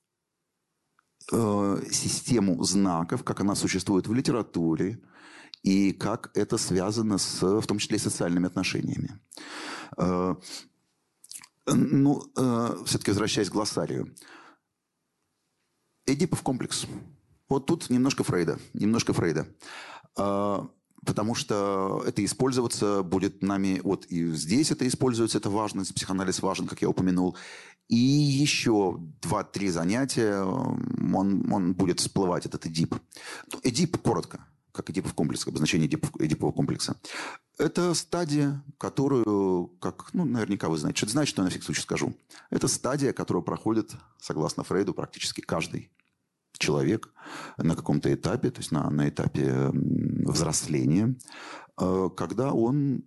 B: э, систему знаков, как она существует в литературе, и как это связано с, в том числе, и социальными отношениями. Э, ну, э, все-таки возвращаясь к глоссарию. Эдипов комплекс. Вот тут немножко Фрейда. Немножко Фрейда. Потому что это использоваться будет нами... Вот и здесь это используется, это важно, психоанализ важен, как я упомянул. И еще два-три занятия он, он будет всплывать, этот Эдип. Эдип, коротко, как Эдипов комплекс, обозначение Эдип, Эдипового комплекса. Это стадия, которую, как, ну, наверняка вы знаете, что это значит, но я на всякий случай скажу. Это стадия, которая проходит, согласно Фрейду, практически каждый человек на каком-то этапе, то есть на, на этапе взросления, когда он,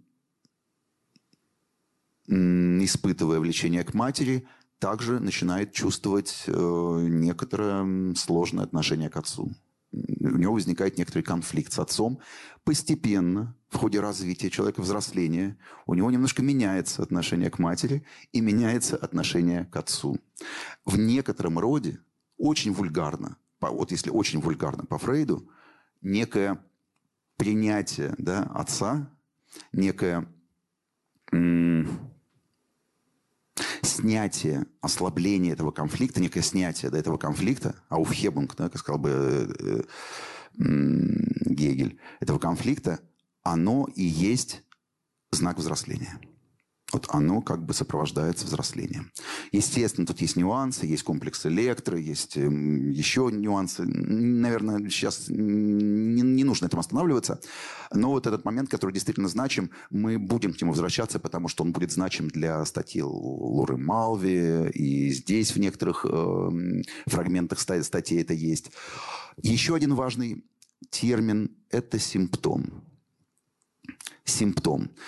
B: испытывая влечение к матери, также начинает чувствовать некоторое сложное отношение к отцу. У него возникает некоторый конфликт с отцом. Постепенно, в ходе развития человека, взросления, у него немножко меняется отношение к матери и меняется отношение к отцу. В некотором роде очень вульгарно, вот если очень вульгарно по Фрейду, некое принятие, да, отца, некое м- снятие, ослабление этого конфликта, некое снятие до этого конфликта, Aufhebung, да, как сказал бы э, э, Гегель, этого конфликта, оно и есть знак взросления. Вот оно как бы сопровождается взрослением. Естественно, тут есть нюансы, есть комплекс Электро, есть еще нюансы. Наверное, сейчас не, не нужно этому останавливаться. Но вот этот момент, который действительно значим, мы будем к нему возвращаться, потому что он будет значим для статьи Лоры Малви. И здесь в некоторых э, фрагментах статьи это есть. Еще один важный термин – это симптом. Симптом.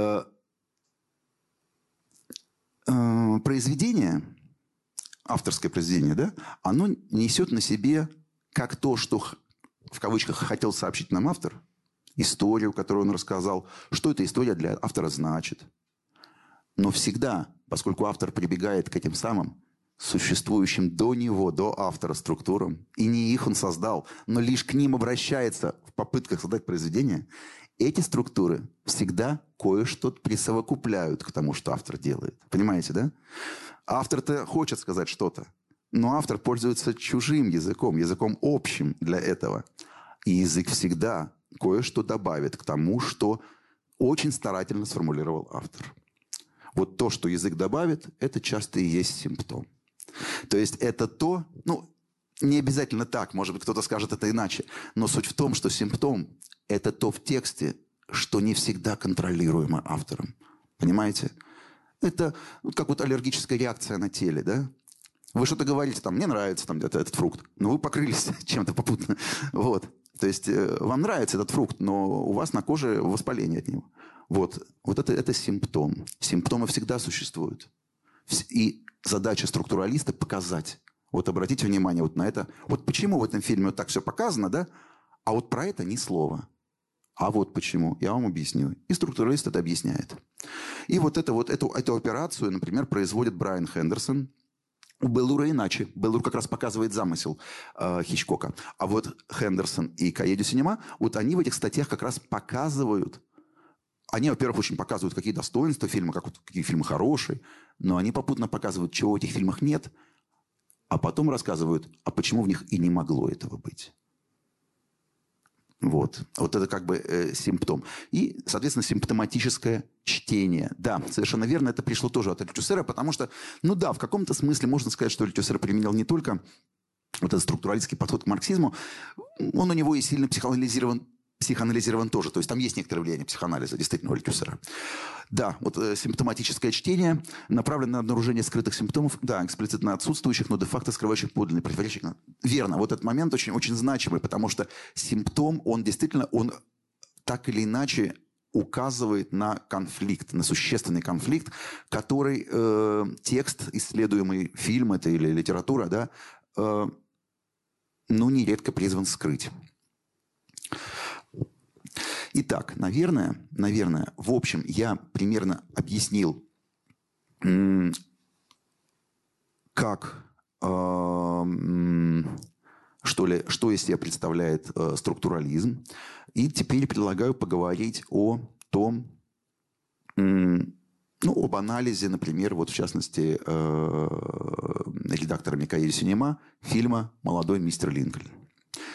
B: Произведение, авторское произведение, да, оно несет на себе как то, что в кавычках хотел сообщить нам автор, историю, которую он рассказал, что эта история для автора значит. Но всегда, поскольку автор прибегает к этим самым существующим до него, до автора структурам, и не их он создал, но лишь к ним обращается в попытках создать произведение, эти структуры всегда кое-что присовокупляют к тому, что автор делает. Понимаете, да? Автор-то хочет сказать что-то, но автор пользуется чужим языком, языком общим для этого. И язык всегда кое-что добавит к тому, что очень старательно сформулировал автор. Вот то, что язык добавит, это часто и есть симптом. То есть это то, ну, не обязательно так, может быть, кто-то скажет это иначе, но суть в том, что симптом – это то в тексте, что не всегда контролируемо автором. Понимаете? Это вот как вот аллергическая реакция на теле, да? Вы что-то говорите, там, мне нравится там, где-то этот фрукт, но вы покрылись чем-то попутно. Вот. То есть э, вам нравится этот фрукт, но у вас на коже воспаление от него. Вот, вот это, это симптом. Симптомы всегда существуют. И задача структуралиста – показать. Вот обратите внимание вот на это. Вот почему в этом фильме вот так все показано, да? А вот про это ни слова. А вот почему. Я вам объясню. И структуралист это объясняет. И вот, это, вот эту, эту операцию, например, производит Брайан Хендерсон. У Беллура иначе. Беллур как раз показывает замысел э, Хичкока. А вот Хендерсон и Каеду Синема, вот они в этих статьях как раз показывают. Они, во-первых, очень показывают, какие достоинства фильма, как, вот, какие фильмы хорошие. Но они попутно показывают, чего в этих фильмах нет. А потом рассказывают, а почему в них и не могло этого быть. Вот. Вот это как бы э, симптом. И, соответственно, симптоматическое чтение. Да, совершенно верно, это пришло тоже от Альтюсера, потому что, ну да, в каком-то смысле можно сказать, что Альтюсер применил не только вот этот структуралистский подход к марксизму, он у него и сильно психоанализирован, психоанализирован тоже. То есть там есть некоторое влияние психоанализа, действительно, у Альтюсера. Да, вот э, симптоматическое чтение направлено на обнаружение скрытых симптомов, да, эксплицитно отсутствующих, но де-факто скрывающих подлинные, противоречия. Верно, вот этот момент очень, очень значимый, потому что симптом, он действительно, он так или иначе указывает на конфликт, на существенный конфликт, который э, текст, исследуемый фильм это или литература, да, э, ну, нередко призван скрыть. Итак, наверное, наверное, в общем, я примерно объяснил, как, что ли, что из себя представляет структурализм. И теперь предлагаю поговорить о том, ну, об анализе, например, вот в частности, редакторами Каеду Синема фильма «Молодой мистер Линкольн».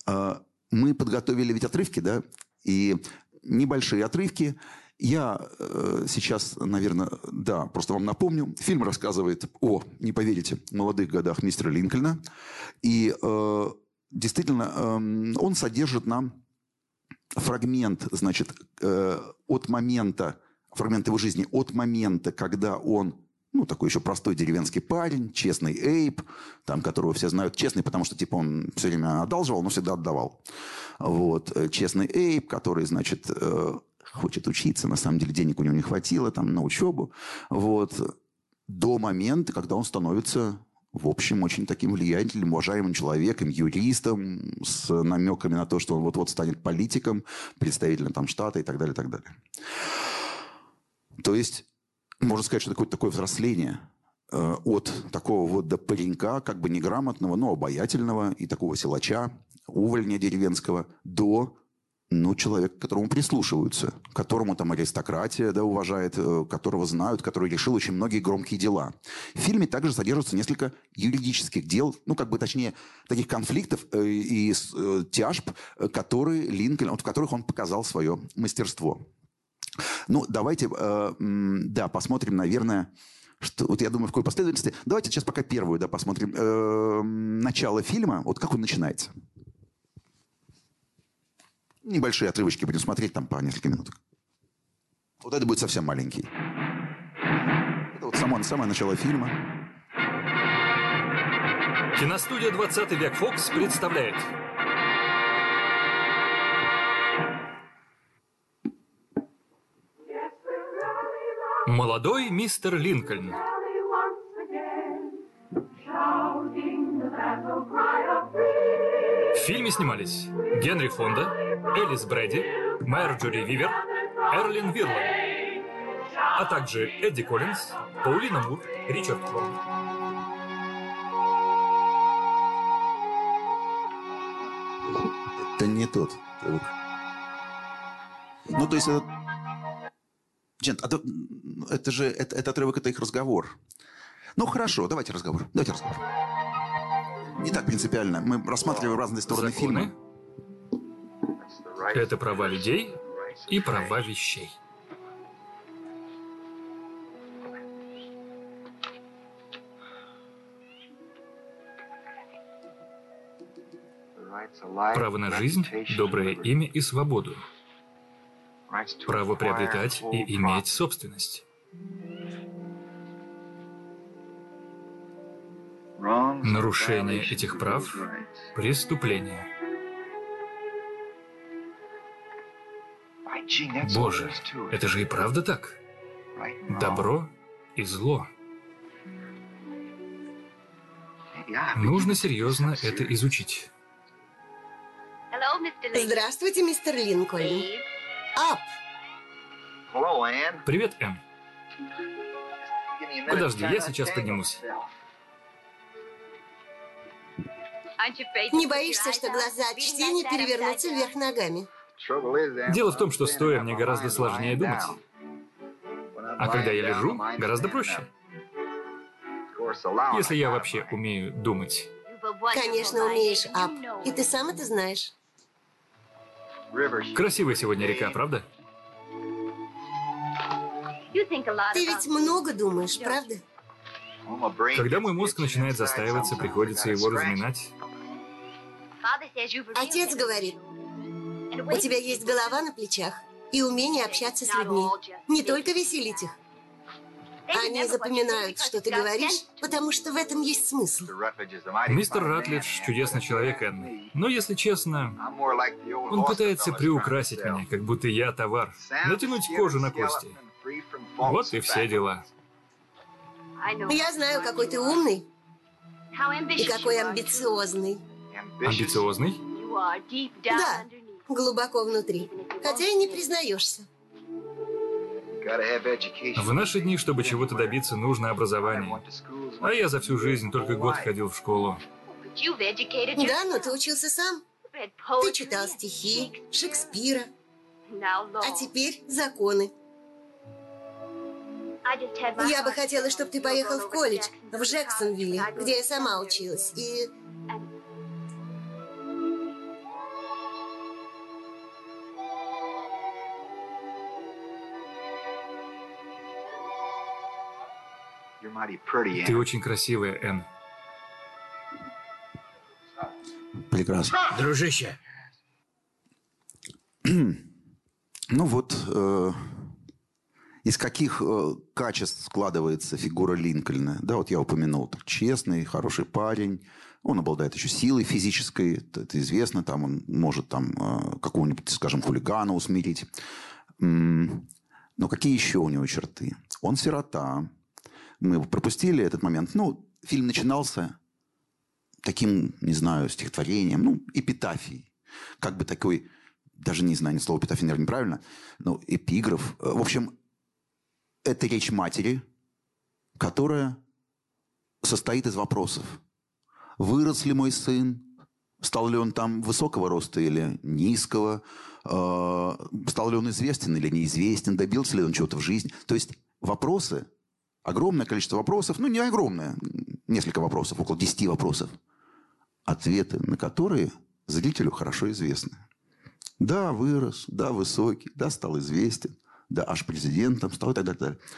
B: Мы подготовили ведь отрывки, да, и небольшие отрывки. Я э, сейчас, наверное, да, просто вам напомню. Фильм рассказывает о, не поверите, молодых годах мистера Линкольна. И э, действительно, э, он содержит нам фрагмент, значит, э, от момента, фрагмент его жизни от момента, когда он, ну, такой еще простой деревенский парень, честный Эйб, там, которого все знают, честный, потому что, типа, он все время одалживал, но всегда отдавал. Вот, честный Эйб, который, значит, э, хочет учиться, на самом деле денег у него не хватило там на учебу, вот, до момента, когда он становится, в общем, очень таким влиятельным, уважаемым человеком, юристом, с намеками на то, что он вот-вот станет политиком, представителем там штата и так далее, и так далее. То есть, можно сказать, что такое такое взросление э, от такого вот до паренька, как бы неграмотного, но обаятельного, и такого силача, увольня деревенского, до, ну, человека, к которому прислушиваются, которому там аристократия, да, уважает, э, которого знают, который решил очень многие громкие дела. В фильме также содержится несколько юридических дел, ну, как бы, точнее, таких конфликтов э, и э, тяжб, э, которые Линкольн, вот, в которых он показал свое мастерство. Ну, давайте, э, да, посмотрим, наверное, что, вот я думаю, в какой последовательности. Давайте сейчас пока первую, да, посмотрим. Э, начало фильма, вот как он начинается. Небольшие отрывочки будем смотреть там по несколько минут. Вот это будет совсем маленький. Это вот само, самое начало фильма.
C: Киностудия «двадцатый век Фокс» представляет... Молодой мистер Линкольн. В фильме снимались Генри Фонда, Элис Брэди, Марджори Вивер, Эрлин Вирлан, а также Эдди Коллинз, Паулина Мур, Ричард Кромвель.
B: Это не тот. Ну, то есть это... Джент, а то, это же, это, это отрывок, это их разговор. Ну, хорошо, давайте разговор. Давайте разговор. Не так принципиально. Мы рассматриваем разные стороны
C: Законы
B: фильма.
C: — это права людей и права вещей. Право на жизнь, доброе имя и свободу. Право приобретать и иметь собственность. Нарушение этих прав – преступление. Боже, это же и правда так? Добро и зло. Нужно серьезно это изучить.
D: Здравствуйте, мистер Линкольн. Ап!
C: Привет, Энн. Подожди, я сейчас поднимусь.
D: Не боишься, что глаза от чтения перевернутся вверх ногами?
C: Дело в том, что стоя мне гораздо сложнее думать. А когда я лежу, гораздо проще. Если я вообще умею думать.
D: Конечно, умеешь, Ап. И ты сам это знаешь.
C: Красивая сегодня река, правда?
D: Ты ведь много думаешь, правда?
C: Когда мой мозг начинает застаиваться, приходится его разминать.
D: Отец говорит, у тебя есть голова на плечах и умение общаться с людьми. Не только веселить их. Они запоминают, что ты говоришь, потому что в этом есть смысл.
C: Мистер Ратлидж чудесный человек, Энн. Но, если честно, он пытается приукрасить меня, как будто я товар. Натянуть кожу на кости. Вот и все дела.
D: Я знаю, какой ты умный и какой амбициозный.
C: Амбициозный?
D: Да, глубоко внутри. Хотя и не признаешься.
C: В наши дни, чтобы чего-то добиться, нужно образование. А я за всю жизнь только год ходил в школу.
D: Да, но ты учился сам. Ты читал стихи, Шекспира. А теперь законы. Я бы хотела, чтобы ты поехал в колледж, в Джексонвилле, где я сама училась. И...
C: Ты очень красивая, Энн.
B: Прекрасно.
E: Дружище.
B: Ну вот, э, из каких э, качеств складывается фигура Линкольна? Да, вот я упомянул, так, честный, хороший парень. Он обладает еще силой физической, это, это известно. Там он может там, э, какого-нибудь, скажем, хулигана усмирить. Но какие еще у него черты? Он сирота. Мы пропустили этот момент. Ну, фильм начинался таким, не знаю, стихотворением, ну, эпитафией. Как бы такой... Даже не знаю, ни слова эпитафия, наверное, неправильно, но эпиграф. В общем, это речь матери, которая состоит из вопросов. Вырос ли мой сын? Стал ли он там высокого роста или низкого? Стал ли он известен или неизвестен? Добился ли он чего-то в жизни? То есть вопросы, огромное количество вопросов, ну не огромное, несколько вопросов, около десяти вопросов, ответы на которые зрителю хорошо известны. Да, вырос, да, высокий, да, стал известен, да, аж президентом стал и так далее, и так далее.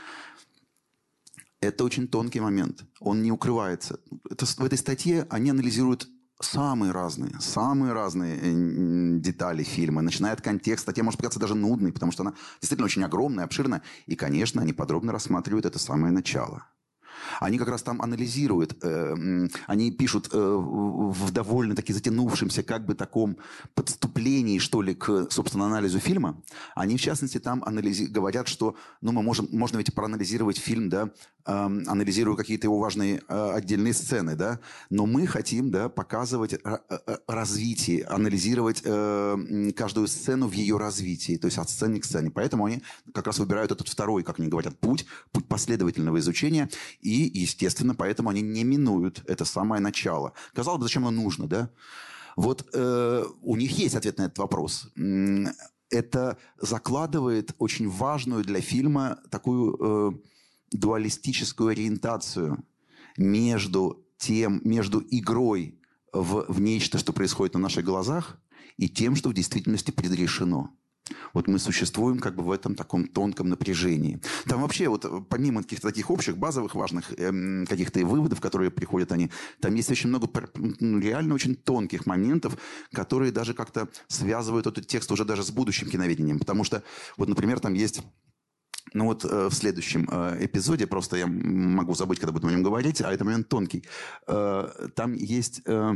B: Это очень тонкий момент. Он не укрывается. Это, в этой статье они анализируют самые разные, самые разные детали фильма. Начиная от контекста. Статья может показаться даже нудной, потому что она действительно очень огромная, обширная. И, конечно, они подробно рассматривают это самое начало. Они как раз там анализируют, э, они пишут э, в довольно-таки затянувшемся как бы таком подступлении, что ли, к, собственно, анализу фильма. Они, в частности, там анализи- говорят, что ну, мы можем, можно ведь проанализировать фильм, да, э, анализируя какие-то его важные э, отдельные сцены, да, но мы хотим, да, показывать э, э, развитие, анализировать э, каждую сцену в ее развитии, то есть от сцены к сцене. Поэтому они как раз выбирают этот второй, как они говорят, путь, путь последовательного изучения. И, естественно, поэтому они не минуют это самое начало. Казалось бы, зачем оно нужно, да? Вот э, у них есть ответ на этот вопрос. Это закладывает очень важную для фильма такую э, дуалистическую ориентацию между тем, между игрой в, в нечто, что происходит на наших глазах, и тем, что в действительности предрешено. Вот мы существуем как бы в этом таком тонком напряжении. Там вообще, вот помимо каких-то таких общих, базовых, важных эм, каких-то выводов, которые приходят они, там есть очень много реально очень тонких моментов, которые даже как-то связывают этот текст уже даже с будущим киноведением. Потому что, вот, например, там есть... Ну вот э, в следующем э, эпизоде, просто я могу забыть, когда буду о нем говорить, а это момент тонкий. Э, там есть... Э,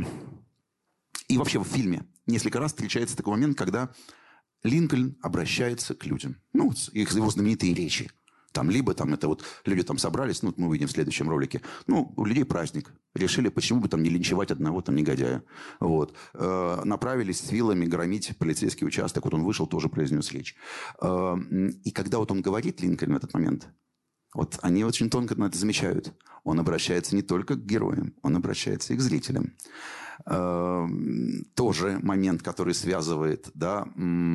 B: и вообще в фильме несколько раз встречается такой момент, когда Линкольн обращается к людям. Ну, их, его знаменитые речи. Там, либо там это вот люди там собрались, ну, мы увидим в следующем ролике. Ну, у людей праздник. Решили, почему бы там не линчевать одного там негодяя. Вот. Э, направились с вилами громить полицейский участок. Вот он вышел, тоже произнес речь. Э, и когда вот он говорит, Линкольн, в этот момент, вот они очень тонко на это замечают. Он обращается не только к героям, он обращается и к зрителям. Э, тоже момент, который связывает, да,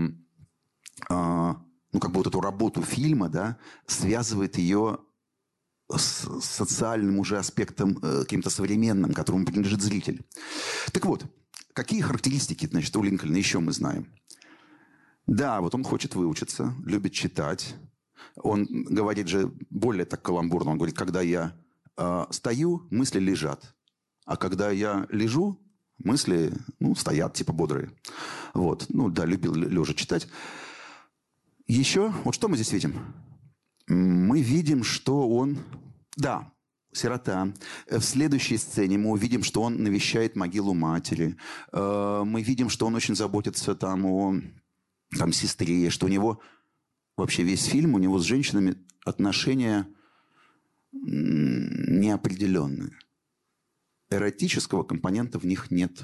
B: э, ну, как бы вот эту работу фильма, да, связывает ее с социальным уже аспектом, э, каким-то современным, которому принадлежит зритель. Так вот, какие характеристики, значит, у Линкольна еще мы знаем? Да, вот он хочет выучиться, любит читать. Он говорит же более так каламбурно, он говорит, когда я э, стою, мысли лежат. А когда я лежу, мысли, ну, стоят, типа бодрые. Вот. Ну, да, любил лежа читать. Еще, вот что мы здесь видим? Мы видим, что он... Да, сирота. В следующей сцене мы увидим, что он навещает могилу матери. Мы видим, что он очень заботится там о там, сестре, что у него... Вообще весь фильм, у него с женщинами отношения неопределенные. Эротического компонента в них нет.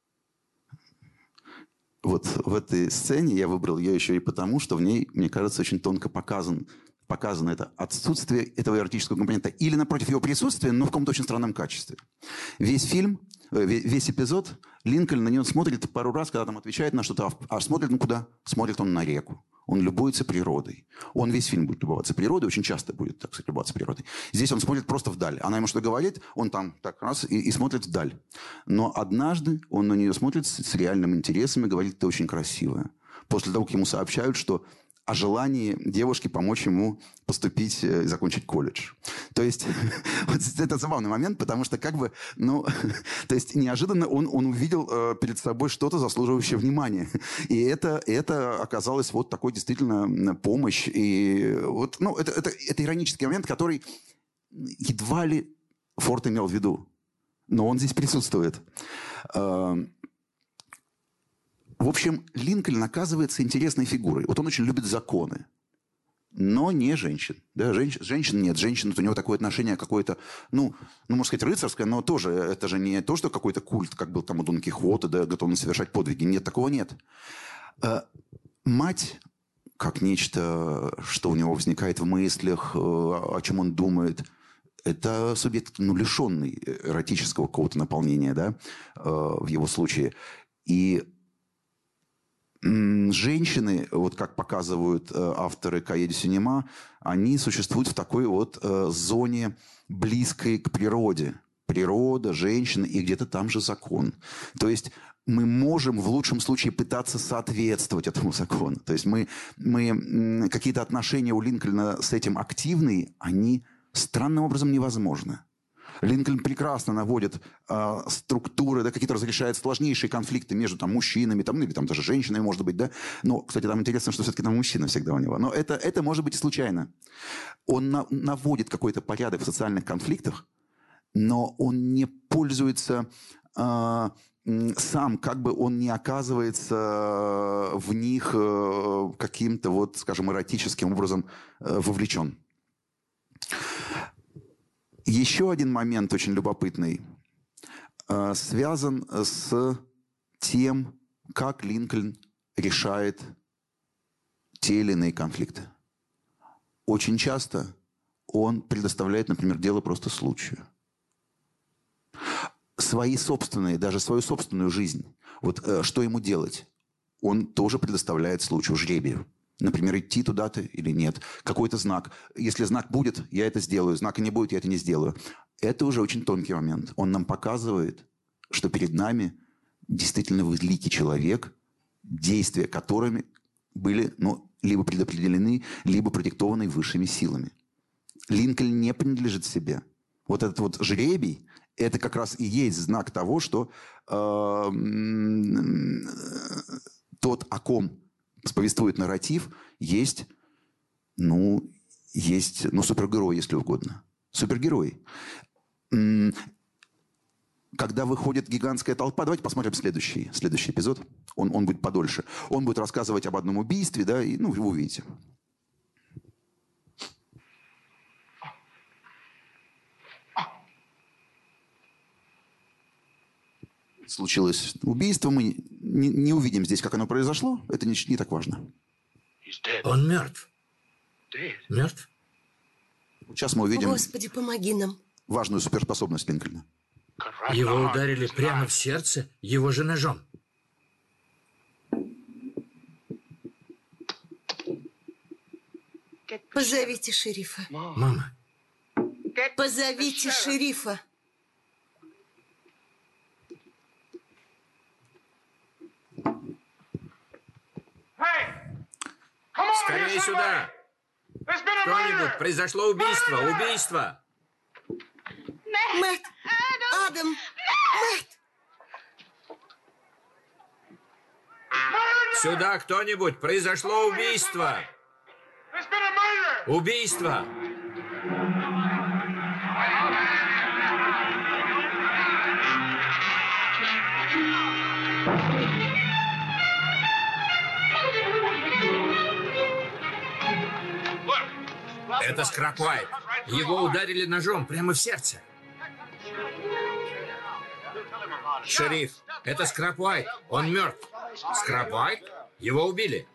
B: Вот в этой сцене я выбрал ее еще и потому, что в ней, мне кажется, очень тонко показан, показано это отсутствие этого эротического компонента. Или, напротив, его присутствие, но в каком-то очень странном качестве. Весь фильм, весь эпизод, Линкольн на него смотрит пару раз, когда там отвечает на что-то, а смотрит он куда? Смотрит он на реку. Он любуется природой. Он весь фильм будет любоваться природой, очень часто будет, так сказать, любоваться природой. Здесь он смотрит просто вдаль. Она ему что говорит, он там так раз и, и смотрит вдаль. Но однажды он на нее смотрит с, с реальным интересом и говорит, ты очень красивая. После того, как ему сообщают, что о желании девушки помочь ему поступить и закончить колледж. То есть, вот это забавный момент, потому что как бы, ну, то есть неожиданно он, он увидел э, перед собой что-то заслуживающее внимания. И это, это оказалось вот такой действительно помощь. И вот, ну, это, это, это иронический момент, который едва ли Форд имел в виду. Но он здесь присутствует. Э, В общем, Линкольн оказывается интересной фигурой. Вот он очень любит законы, но не женщин. Да, женщин, женщин нет. Женщин, у него такое отношение какое-то, ну, ну, можно сказать, рыцарское, но тоже это же не то, что какой-то культ, как был там у Дон Кихота, да, готовность совершать подвиги. Нет, такого нет. Мать, как нечто, что у него возникает в мыслях, о чем он думает, это субъект, ну, лишенный эротического какого-то наполнения, да, в его случае. И женщины, вот как показывают э, авторы Каэ дю Синема, они существуют в такой вот э, зоне, близкой к природе. Природа, женщина и где-то там же закон. То есть мы можем в лучшем случае пытаться соответствовать этому закону. То есть мы, мы, какие-то отношения у Линкольна с этим активные, они странным образом невозможны. Линкольн прекрасно наводит э, структуры, да, какие-то разрешает сложнейшие конфликты между там, мужчинами, там, ну, или там даже женщинами, может быть. Да? Но, кстати, там интересно, что все-таки там мужчина всегда у него. Но это, это может быть и случайно. Он на, наводит какой-то порядок в социальных конфликтах, но он не пользуется э, сам, как бы он не оказывается в них э, каким-то, вот, скажем, эротическим образом э, вовлечен. Еще один момент очень любопытный, э, связан с тем, как Линкольн решает те или иные конфликты. Очень часто он предоставляет, например, дело просто случаю. Свои собственные, даже свою собственную жизнь, вот э, что ему делать, он тоже предоставляет случаю, жребию. Например, идти туда-то или нет. Какой-то знак. Если знак будет, я это сделаю. Знака не будет, я это не сделаю. Это уже очень тонкий момент. Он нам показывает, что перед нами действительно великий человек, действия которыми были, ну, либо предопределены, либо продиктованы высшими силами. Линкольн не принадлежит себе. Вот этот вот жребий, это как раз и есть знак того, что э, тот, о ком повествует нарратив, есть, ну, есть, ну, супергерой, если угодно. Супергерой. Когда выходит гигантская толпа, давайте посмотрим следующий, следующий эпизод. Он, он будет подольше. Он будет рассказывать об одном убийстве, да, и, ну, вы увидите. Случилось убийство, мы не, не увидим здесь, как оно произошло, это не, не так важно.
E: Он мертв. Мертв?
B: Сейчас мы увидим...
D: Господи, помоги нам.
B: Важную суперспособность Линкольна.
E: Его ударили прямо в сердце, его же ножом.
D: Позовите шерифа.
E: Мама.
D: Позовите шерифа.
E: Скорее сюда! Кто-нибудь, произошло убийство, убийство!
D: Мэтт! Адам! Мэтт!
E: Сюда кто-нибудь, произошло убийство! Убийство! Это Скрап Уайт. Его ударили ножом прямо в сердце. Шериф, это Скрап Уайт. Он мертв. Скрап Уайт? Его убили.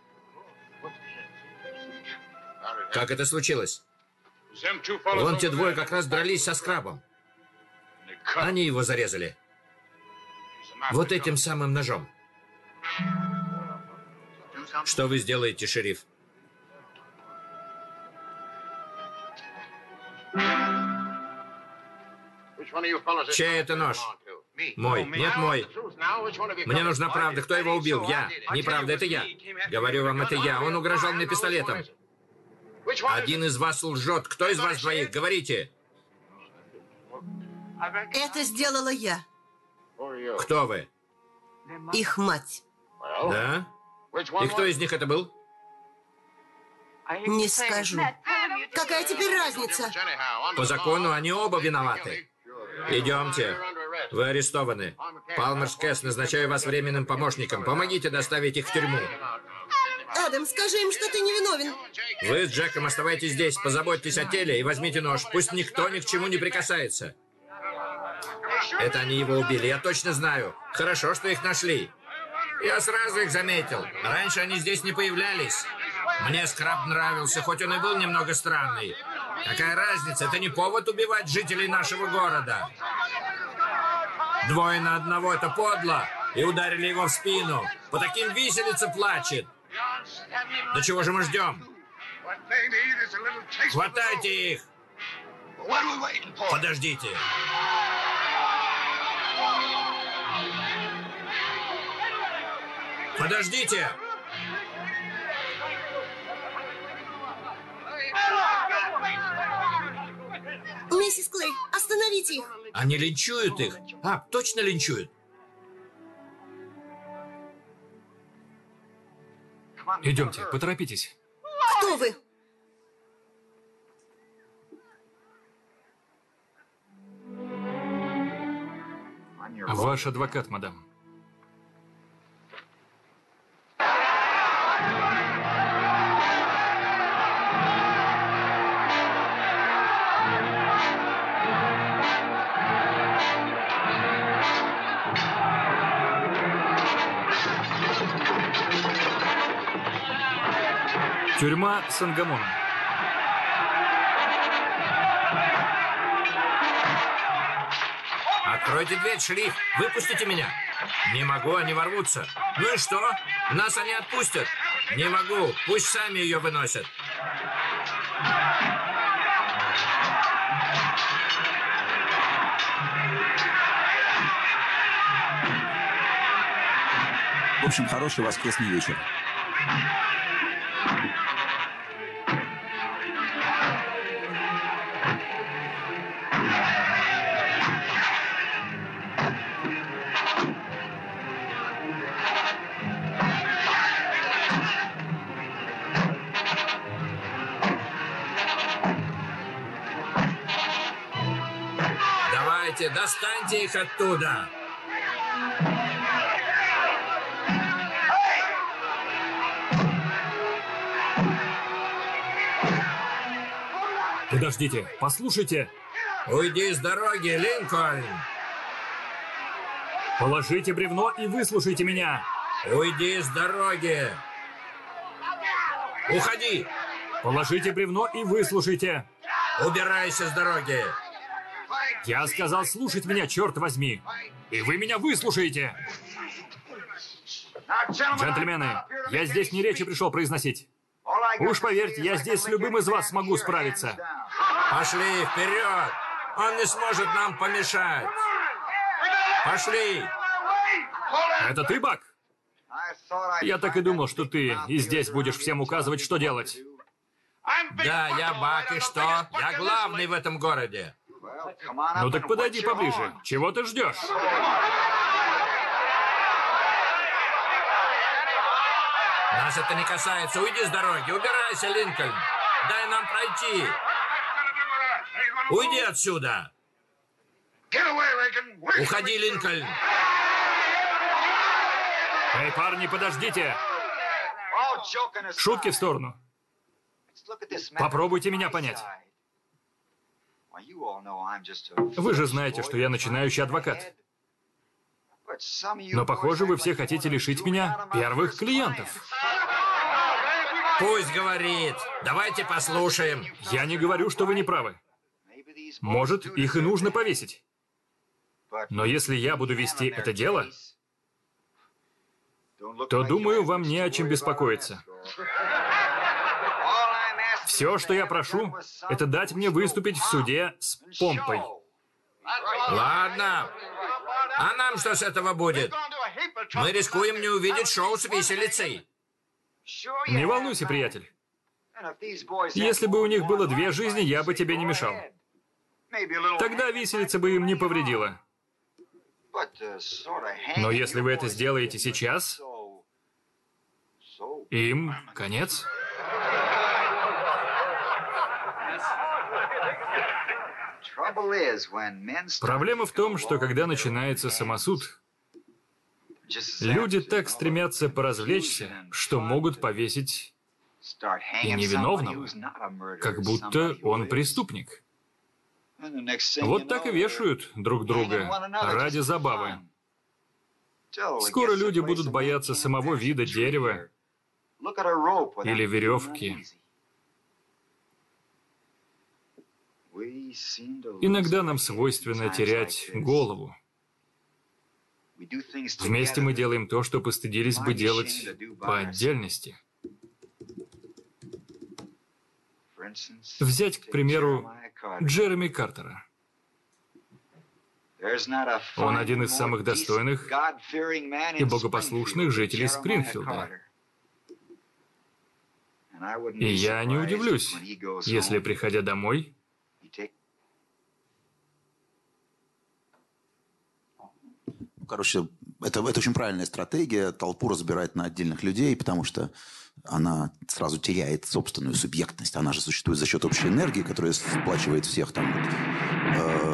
E: Как это случилось? Вон те двое как раз дрались со Скрабом. Они его зарезали. Вот этим самым ножом. Что вы сделаете, шериф? Чей это нож? Мой. Нет, мой. Мне нужна правда. Кто его убил? Я. Неправда, это я. Говорю вам, это я. Он угрожал мне пистолетом. Один из вас лжет. Кто из вас двоих? Говорите.
D: Это сделала я.
E: Кто вы?
D: Их мать.
E: Да? И кто из них это был?
D: Не скажу. Какая теперь разница?
E: По закону они оба виноваты. Идемте. Вы арестованы. Палмерс Кэс, назначаю вас временным помощником. Помогите доставить их в тюрьму.
D: Адам, скажи им, что ты невиновен.
E: Вы с Джеком оставайтесь здесь, позаботьтесь о теле и возьмите нож. Пусть никто ни к чему не прикасается. Это они его убили, я точно знаю. Хорошо, что их нашли. Я сразу их заметил. Раньше они здесь не появлялись. Мне Скраб нравился, хоть он и был немного странный. Какая разница? Это не повод убивать жителей нашего города. Двое на одного — это подло. И ударили его в спину. По таким виселица плачет. Да чего же мы ждем? Хватайте их! Подождите. Подождите!
D: Миссис Клей, остановите их.
E: Они линчуют их. А, точно линчуют.
C: Идемте, поторопитесь.
D: Кто вы?
C: Ваш адвокат, мадам. Тюрьма Сангамона.
E: Откройте дверь, шериф. Выпустите меня. Не могу, они ворвутся. Ну и что? Нас они отпустят. Не могу. Пусть сами ее выносят.
B: В общем, хороший воскресный вечер.
E: Давайте, достаньте их оттуда.
C: Подождите, послушайте.
E: Уйди с дороги, Линкольн.
C: Положите бревно и выслушайте меня.
E: Уйди с дороги. Уходи.
C: Положите бревно и выслушайте.
E: Убирайся с дороги.
C: Я сказал слушать меня, черт возьми. И вы меня выслушаете. Джентльмены, я здесь не речи пришел произносить. Уж поверьте, я здесь с любым из вас смогу справиться.
E: Пошли вперед. Он не сможет нам помешать. Пошли.
C: Это ты, Бак? Я так и думал, что ты и здесь будешь всем указывать, что делать.
E: Да, я Бак, и что? Я главный в этом городе.
C: Ну так подойди поближе. Чего ты ждешь?
E: Нас это не касается. Уйди с дороги. Убирайся, Линкольн. Дай нам пройти. Уйди отсюда. Уходи, Линкольн.
C: Эй, парни, подождите. Шутки в сторону. Попробуйте меня понять. Вы же знаете, что я начинающий адвокат. Но, похоже, вы все хотите лишить меня первых клиентов.
E: Пусть говорит. Давайте послушаем.
C: Я не говорю, что вы не правы. Может, их и нужно повесить. Но если я буду вести это дело, то, думаю, вам не о чем беспокоиться. Все, что я прошу, это дать мне выступить в суде с помпой.
E: Ладно. А нам что с этого будет? Мы рискуем не увидеть шоу с виселицей.
C: Не волнуйся, приятель. Если бы у них было две жизни, я бы тебе не мешал. Тогда виселица бы им не повредила. Но если вы это сделаете сейчас, им конец. Проблема в том, что когда начинается самосуд, люди так стремятся поразвлечься, что могут повесить и невиновного, как будто он преступник. Вот так и вешают друг друга ради забавы. Скоро люди будут бояться самого вида дерева или веревки. Иногда нам свойственно терять голову. Вместе мы делаем то, что постыдились бы делать по отдельности. Взять, к примеру, Джереми Картера. Он один из самых достойных и богопослушных жителей Спрингфилда. И я не удивлюсь, если, приходя домой,
B: Короче, это, это очень правильная стратегия. Толпу разбирать на отдельных людей, потому что она сразу теряет собственную субъектность. Она же существует за счет общей энергии, которая сплачивает всех там. Э,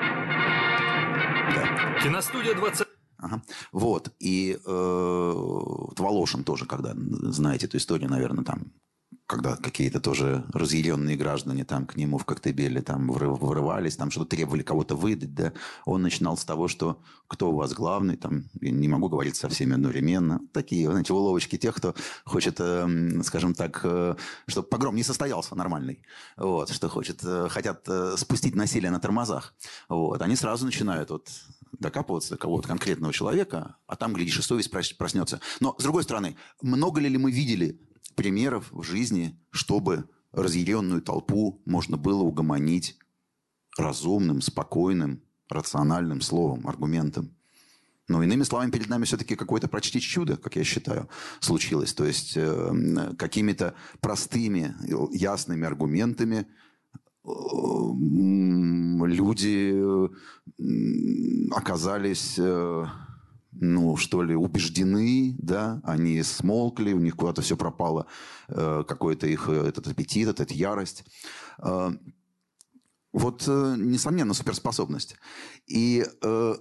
B: да.
C: Киностудия двадцать...
B: Ага. Вот. И э, Волошин тоже, когда, знаете эту историю, наверное, там, когда какие-то тоже разъяренные граждане там к нему в Коктебеле там врывались, там что-то требовали кого-то выдать, да, он начинал с того, что кто у вас главный, там, я не могу говорить со всеми одновременно. Такие, знаете, уловочки тех, кто хочет, э, скажем так, э, чтобы погром не состоялся нормальный, вот, что хочет, э, хотят э, спустить насилие на тормозах, вот, они сразу начинают вот докапываться до кого-то конкретного человека, а там, глядишь, и совесть проснется. Но, с другой стороны, много ли мы видели примеров в жизни, чтобы разъяренную толпу можно было угомонить разумным, спокойным, рациональным словом, аргументом? Но, иными словами, перед нами все-таки какое-то почти чудо, как я считаю, случилось. То есть, э, какими-то простыми, ясными аргументами э, люди э, оказались... Э, ну, что ли, убеждены, да, они смолкли, у них куда-то все пропало, э, какой-то их этот аппетит, эта ярость. Э, вот, э, несомненно, суперспособность. И э,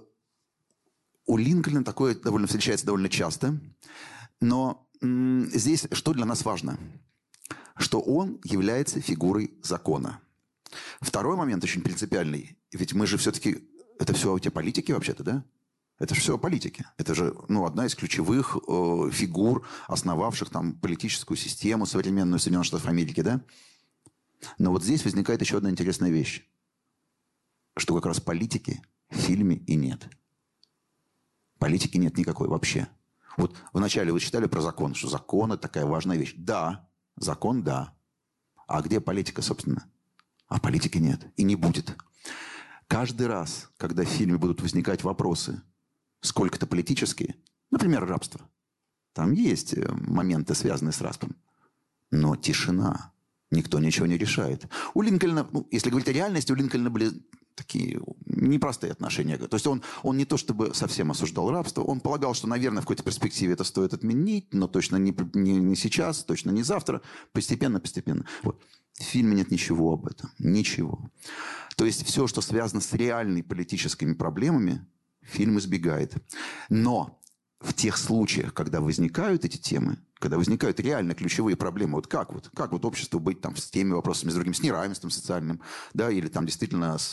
B: у Линкольна такое довольно встречается довольно часто. Но э, здесь что для нас важно? Что он является фигурой закона. Второй момент очень принципиальный. Ведь мы же все-таки... Это все о те политики вообще-то, да? Это же все о политике. Это же ну, одна из ключевых э, фигур, основавших там политическую систему современную Соединенных Штатов Америки, да? Но вот здесь возникает еще одна интересная вещь. Что как раз политики в фильме и нет. Политики нет никакой вообще. Вот вначале вы читали про закон, что закон – это такая важная вещь. Да, закон – да. А где политика, собственно? А политики нет и не будет. Каждый раз, когда в фильме будут возникать вопросы, сколько-то политические, например, рабство. Там есть моменты, связанные с рабством. Но тишина. Никто ничего не решает. У Линкольна, ну, если говорить о реальности, у Линкольна были такие непростые отношения. То есть он, он не то чтобы совсем осуждал рабство, он полагал, что, наверное, в какой-то перспективе это стоит отменить, но точно не, не, не сейчас, точно не завтра. Постепенно, постепенно. Вот. В фильме нет ничего об этом. Ничего. То есть все, что связано с реальными политическими проблемами, фильм избегает. Но в тех случаях, когда возникают эти темы, когда возникают реально ключевые проблемы, вот как вот, как вот обществу быть там с теми вопросами, с другим, с неравенством социальным, да, или там действительно с,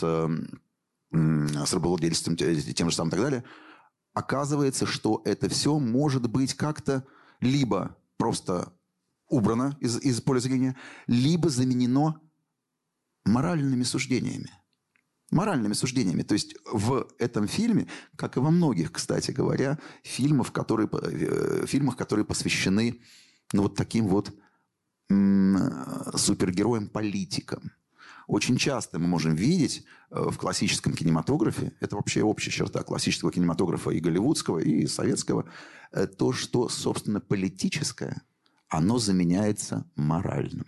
B: с рабовладельством, тем же самым и так далее, оказывается, что это все может быть как-то либо просто убрано из, из поля зрения, либо заменено моральными суждениями. Моральными суждениями. То есть в этом фильме, как и во многих, кстати говоря, фильмах, которые, фильмах, которые посвящены ну, вот таким вот м- супергероям-политикам. очень часто мы можем видеть в классическом кинематографе, это вообще общая черта классического кинематографа и голливудского, и советского, то, что, собственно, политическое, оно заменяется моральным.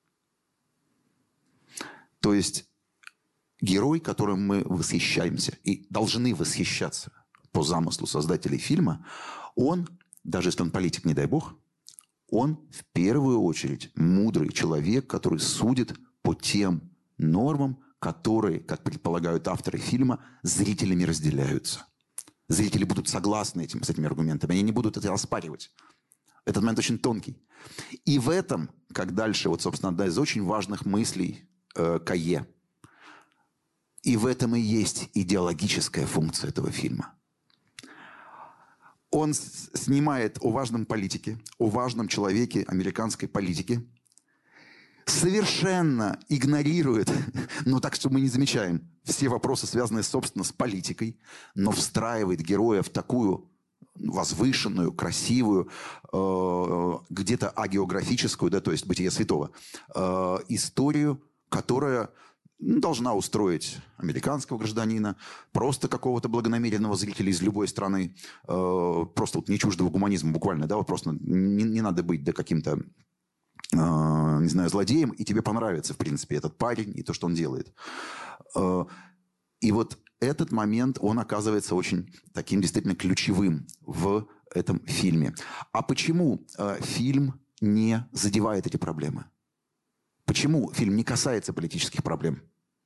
B: То есть герой, которым мы восхищаемся и должны восхищаться по замыслу создателей фильма, он, даже если он политик, не дай бог, он в первую очередь мудрый человек, который судит по тем нормам, которые, как предполагают авторы фильма, зрителями разделяются. Зрители будут согласны этим, с этими аргументами, они не будут это оспаривать. Этот момент очень тонкий. И в этом, как дальше, вот, собственно, одна из очень важных мыслей э, Кайе, и в этом и есть идеологическая функция этого фильма. Он снимает о важном политике, о важном человеке американской политики, совершенно игнорирует, но так, что мы не замечаем, все вопросы, связанные, собственно, с политикой, но встраивает героя в такую возвышенную, красивую, э, где-то агеографическую, да, то есть «Бытие святого», э, историю, которая должна устроить американского гражданина, просто какого-то благонамеренного зрителя из любой страны, э, просто вот не чуждого гуманизма буквально, да, вот просто не, не надо быть да, каким-то, э, не знаю, злодеем, и тебе понравится, в принципе, этот парень и то, что он делает. Э, и вот этот момент, он оказывается очень таким действительно ключевым в этом фильме. А почему э, фильм не задевает эти проблемы? Почему фильм не касается политических проблем?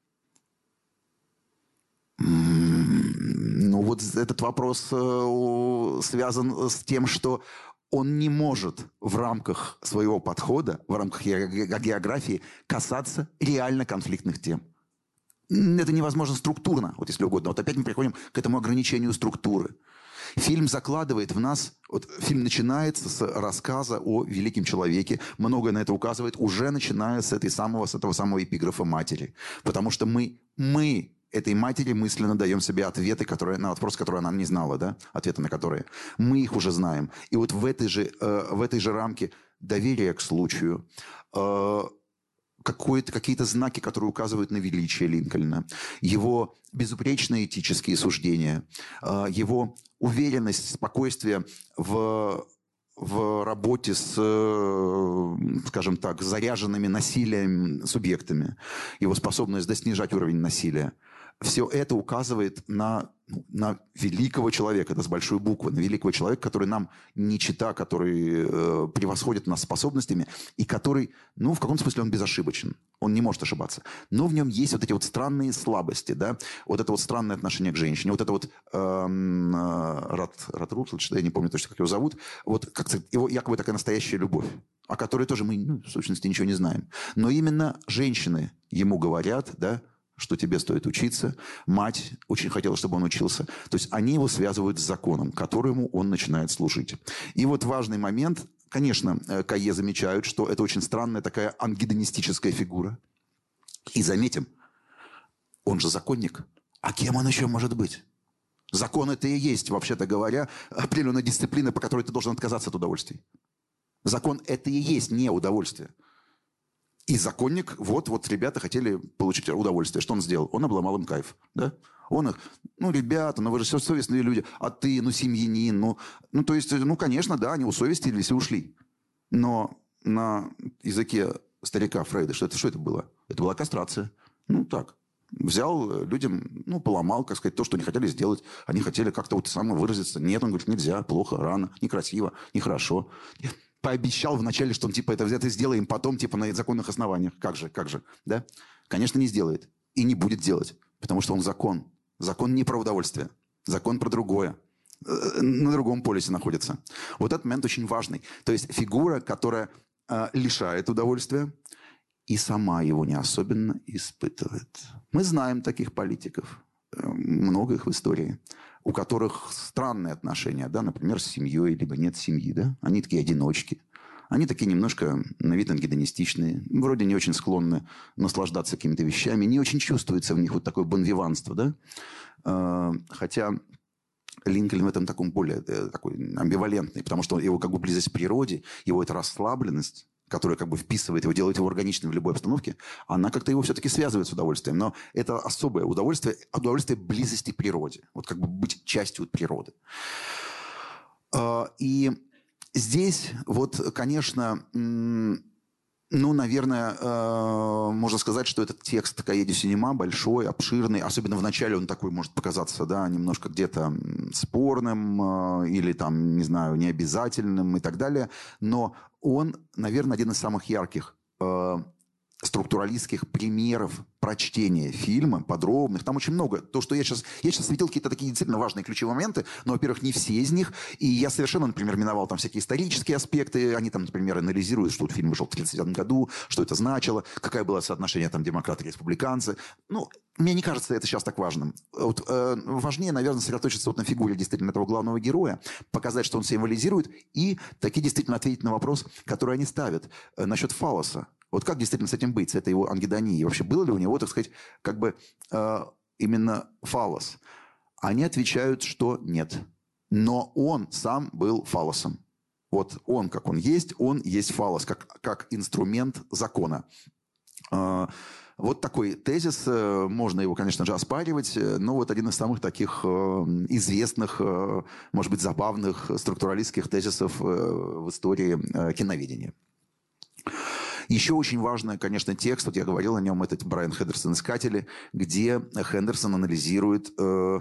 B: Ну вот этот вопрос э, связан с тем, что он не может в рамках своего подхода, в рамках географии касаться реально конфликтных тем. Это невозможно структурно, вот если угодно. Вот опять мы приходим к этому ограничению структуры. Фильм закладывает в нас... Вот фильм начинается с рассказа о великом человеке. Многое на это указывает, уже начиная с, этой самого, с этого самого эпиграфа матери. Потому что мы, мы этой матери мысленно даем себе ответы, которые, на вопросы, которые она не знала, да? Ответы на которые. Мы их уже знаем. И вот в этой же, э, в этой же рамке доверия к случаю, э, какие-то знаки, которые указывают на величие Линкольна, его безупречные этические суждения, его уверенность, спокойствие в, в работе с, скажем так, заряженными насилием субъектами, его способность да, снижать уровень насилия. Все это указывает на, на великого человека, это с большой буквы, на великого человека, который нам не чита, который э, превосходит нас способностями, и который, ну, в каком-то смысле он безошибочен. Он не может ошибаться. Но в нем есть вот эти вот странные слабости, да, вот это вот странное отношение к женщине, вот это вот эм, э, Рат, Рат Рутледж, я не помню точно, как его зовут, вот как-то его якобы такая настоящая любовь, о которой тоже мы, ну, в сущности, ничего не знаем. Но именно женщины ему говорят, да, что тебе стоит учиться. Мать очень хотела, чтобы он учился. То есть они его связывают с законом, которому он начинает служить. И вот важный момент. Конечно, Кайе замечают, что это очень странная такая ангидонистическая фигура. И заметим, он же законник. А кем он еще может быть? Закон это и есть, вообще-то говоря, определенная дисциплина, по которой ты должен отказаться от удовольствий. Закон это и есть не удовольствие. И законник, вот, вот ребята хотели получить удовольствие. Что он сделал? Он обломал им кайф. Да? Он их, ну, ребята, ну вы же все совестные люди. А ты, ну, семьянин. Ну, ну, то есть, ну, конечно, да, они усовестились и ушли. Но на языке старика Фрейда, что это, что это было? Это была кастрация. Ну, так. Взял людям, ну, поломал, как сказать, то, что они хотели сделать. Они хотели как-то вот самовыразиться. Нет, он говорит, нельзя, плохо, рано, некрасиво, нехорошо. Пообещал вначале, что он типа это взято сделаем потом, типа на законных основаниях. Как же, как же, да? Конечно, не сделает. И не будет делать. Потому что он закон. Закон не про удовольствие. Закон про другое. На другом полюсе находится. Вот этот момент очень важный. То есть фигура, которая э, лишает удовольствия и сама его не особенно испытывает. Мы знаем таких политиков. Много их в истории, у которых странные отношения, да, например, с семьей, либо нет семьи, да, они такие одиночки, они такие немножко на вид ангидонистичные, вроде не очень склонны наслаждаться какими-то вещами, не очень чувствуется в них вот такое бонвиванство, да, хотя Линкольн в этом таком более такой амбивалентный, потому что его как бы близость к природе, его эта расслабленность, которая как бы вписывает его, делает его органичным в любой обстановке, она как-то его все-таки связывает с удовольствием. Но это особое удовольствие, удовольствие близости к природе. Вот как бы быть частью природы. И здесь вот, конечно, ну, наверное, можно сказать, что этот текст «Каеди Синема» большой, обширный. Особенно в начале он такой может показаться, да, немножко где-то спорным или там, не знаю, необязательным и так далее. Но он, наверное, один из самых ярких структуралистских примеров прочтения фильма, подробных. Там очень много. То, что я сейчас... Я сейчас светил какие-то такие действительно важные ключевые моменты, но, во-первых, не все из них. И я совершенно, например, миновал там всякие исторические аспекты. Они там, например, анализируют, что вот фильм вышел в тысяча девятьсот тридцать девятом году, что это значило, какое было соотношение там демократы и республиканцы. Ну, мне не кажется это сейчас так важным. Вот, э, важнее, наверное, сосредоточиться вот на фигуре действительно этого главного героя, показать, что он символизирует, и таки действительно ответить на вопрос, который они ставят э, насчет фаллоса. Вот как действительно с этим быть, с этой его ангидонией? Вообще было ли у него, так сказать, как бы э, именно фаллос? Они отвечают, что нет. Но он сам был фаллосом. Вот он, как он есть, он есть фаллос, как, как инструмент закона. Э, вот такой тезис, э, можно его, конечно же, оспаривать, но вот один из самых таких э, известных, э, может быть, забавных структуралистских тезисов э, в истории э, киноведения. Еще очень важный, конечно, текст, вот я говорил о нем, это Брайан Хендерсон «Искатели», где Хендерсон анализирует э,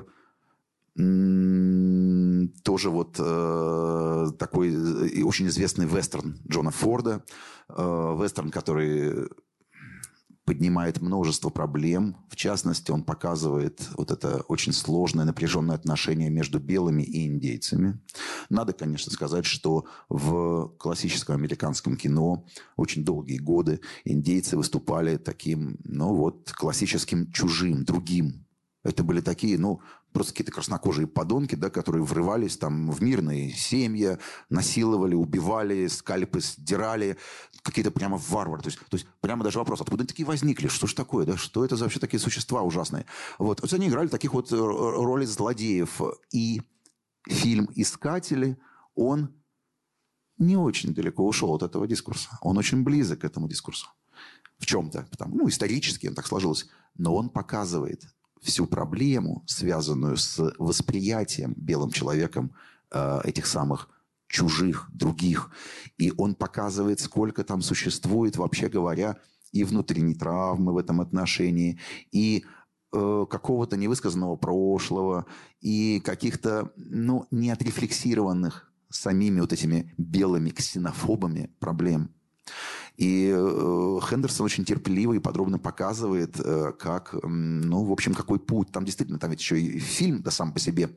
B: э, тоже вот э, такой э, очень известный вестерн Джона Форда, э, вестерн, который поднимает множество проблем. В частности, он показывает вот это очень сложное, напряженное отношение между белыми и индейцами. Надо, конечно, сказать, что в классическом американском кино очень долгие годы индейцы выступали таким, ну вот, классическим чужим, другим. Это были такие, ну, просто какие-то краснокожие подонки, да, которые врывались там в мирные семьи, насиловали, убивали, скальпы сдирали, какие-то прямо варвары. То есть, то есть прямо даже вопрос, откуда они такие возникли? Что ж такое? Да? Что это за вообще такие существа ужасные? Вот. Вот они играли таких вот роли злодеев. И фильм «Искатели», он не очень далеко ушел от этого дискурса. Он очень близок к этому дискурсу. В чем-то. Потому, ну, исторически он так сложилось. Но он показывает всю проблему, связанную с восприятием белым человеком э, этих самых чужих, других. И он показывает, сколько там существует, вообще говоря, и внутренней травмы в этом отношении, и э, какого-то невысказанного прошлого, и каких-то, ну, неотрефлексированных самими вот этими белыми ксенофобами проблем. И э, Хендерсон очень терпеливо и подробно показывает, э, как, э, ну, в общем, какой путь. Там действительно, там ведь еще и фильм, да, сам по себе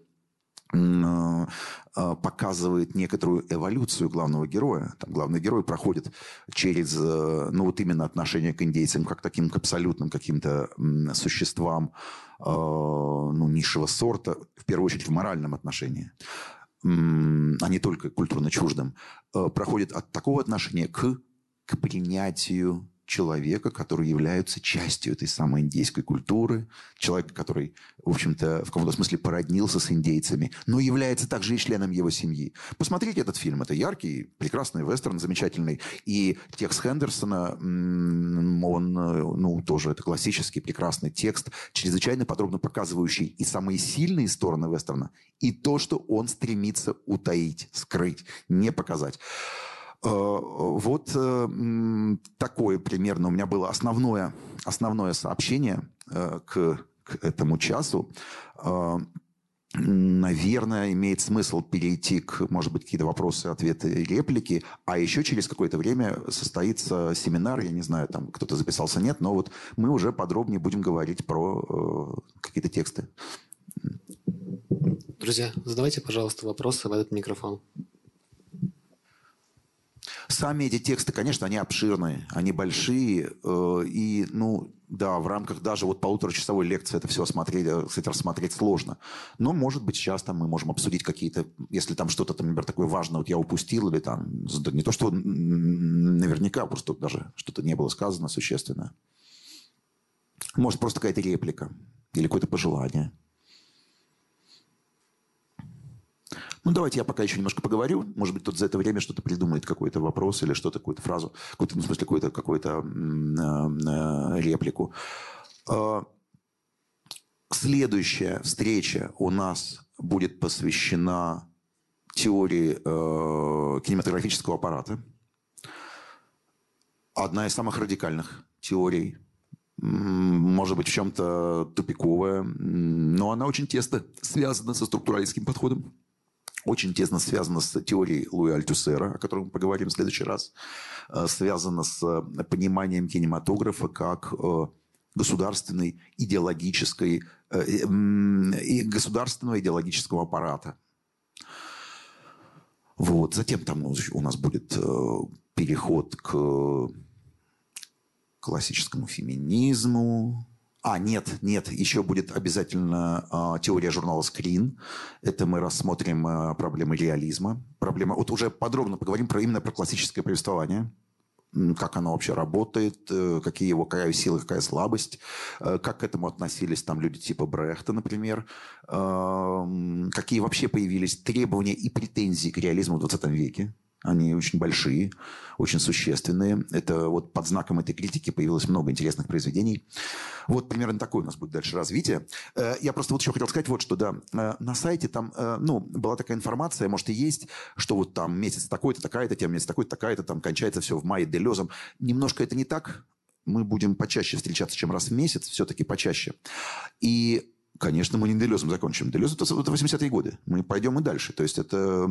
B: э, э, показывает некоторую эволюцию главного героя. Там главный герой проходит через, э, ну, вот именно отношение к индейцам, как таким к абсолютным каким-то э, существам, э, ну, низшего сорта, в первую очередь в моральном отношении, э, а не только культурно чуждым, э, проходит от такого отношения к к принятию человека, который является частью этой самой индейской культуры, человека, который, в общем-то, в каком-то смысле породнился с индейцами, но является также и членом его семьи. Посмотрите этот фильм. Это яркий, прекрасный вестерн, замечательный. И текст Хендерсона, он, ну, тоже это классический, прекрасный текст, чрезвычайно подробно показывающий и самые сильные стороны вестерна, и то, что он стремится утаить, скрыть, не показать. Вот такое примерно у меня было основное, основное сообщение к, к этому часу. Наверное, имеет смысл перейти к, может быть, какие-то вопросы, ответы, реплики. А еще через какое-то время состоится семинар. Я не знаю, там кто-то записался, нет. Но вот мы уже подробнее будем говорить про какие-то тексты.
A: Друзья, задавайте, пожалуйста, вопросы в этот микрофон.
B: Сами эти тексты, конечно, они обширные, они большие, э, и, ну, да, в рамках даже вот полуторачасовой лекции это все осмотреть, кстати, рассмотреть сложно. Но, может быть, сейчас там мы можем обсудить какие-то, если там что-то, там, например, такое важное вот я упустил, или там, не то, что наверняка, просто даже что-то не было сказано существенное. Может, просто какая-то реплика или какое-то пожелание. Ну, давайте я пока еще немножко поговорю. Может быть, кто-то за это время что-то придумает, какой-то вопрос или что-то, какую-то фразу, какую-то, ну, в смысле, какую-то, какую-то э, э, реплику. Э, следующая встреча у нас будет посвящена теории э, кинематографического аппарата. Одна из самых радикальных теорий. Может быть, в чем-то тупиковая, но она очень тесно связана со структуралистским подходом. Очень тесно связана с теорией Луи Альтусера, о которой мы поговорим в следующий раз. Связана с пониманием кинематографа как государственной идеологической, государственного идеологического аппарата. Вот. Затем там у нас будет переход к классическому феминизму. А, нет, нет, еще будет обязательно э, теория журнала «Скрин». Это мы рассмотрим э, проблемы реализма. Проблема, вот уже подробно поговорим про, именно про классическое повествование. Как оно вообще работает, э, какие его, какая сила, какая слабость. Э, как к этому относились там люди типа Брехта, например. Э, какие вообще появились требования и претензии к реализму в двадцатом веке. Они очень большие, очень существенные. Это вот под знаком этой критики появилось много интересных произведений. Вот примерно такое у нас будет дальше развитие. Я просто вот еще хотел сказать вот что, да. На сайте там, ну, была такая информация, может и есть, что вот там месяц такой-то, такая-то тема, месяц такой-то, такая-то, там кончается все в мае Делезом. Немножко это не так. Мы будем почаще встречаться, чем раз в месяц, все-таки почаще. И... Конечно, мы не Делезом закончим. Делез – это восьмидесятые годы. Мы пойдем и дальше. То есть, это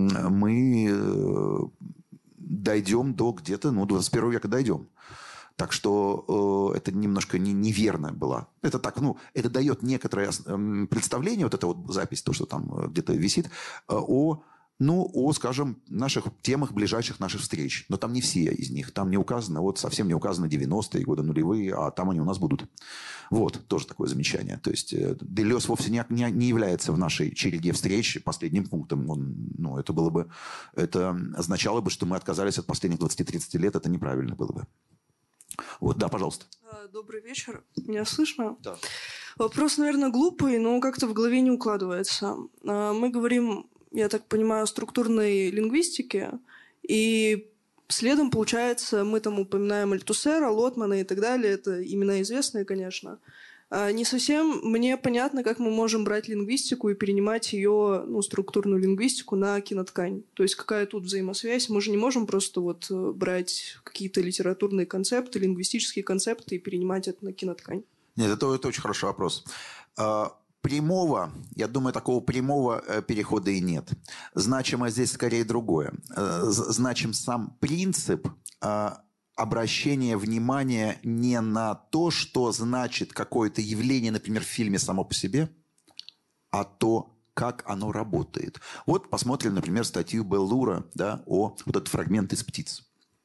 B: мы дойдем до где-то, ну, двадцать первого века дойдем. Так что э, это немножко не, неверно было. Это так, ну, это дает некоторое э, представление, вот эта вот запись, то, что там где-то висит, э, о... Ну, о, скажем, наших темах ближайших наших встреч. Но там не все из них. Там не указано, вот совсем не указано девяностые годы, нулевые, а там они у нас будут. Вот, тоже такое замечание. То есть Делез вовсе не, не, не является в нашей череде встреч последним пунктом. Он, ну, это было бы, это означало бы, что мы отказались от последних двадцати-тридцати лет. Это неправильно было бы. Вот, да, пожалуйста.
F: Добрый вечер. Меня слышно?
B: Да.
F: Вопрос, наверное, глупый, но как-то в голове не укладывается. Мы говорим... я так понимаю, структурной лингвистики, и следом, получается, мы там упоминаем Альтусера, Лотмана и так далее, это имена известные, конечно. А не совсем мне понятно, как мы можем брать лингвистику и перенимать ее, ну, структурную лингвистику на киноткань. То есть какая тут взаимосвязь? Мы же не можем просто вот брать какие-то литературные концепты, лингвистические концепты и перенимать это на киноткань.
B: Нет, это, это очень хороший вопрос. Прямого, я думаю, такого прямого перехода и нет. Значимо здесь скорее другое. Значим сам принцип обращения внимания не на то, что значит какое-то явление, например, в фильме само по себе, а то, как оно работает. Вот посмотрим, например, статью Беллура, да, о вот этот фрагмент из «Птиц».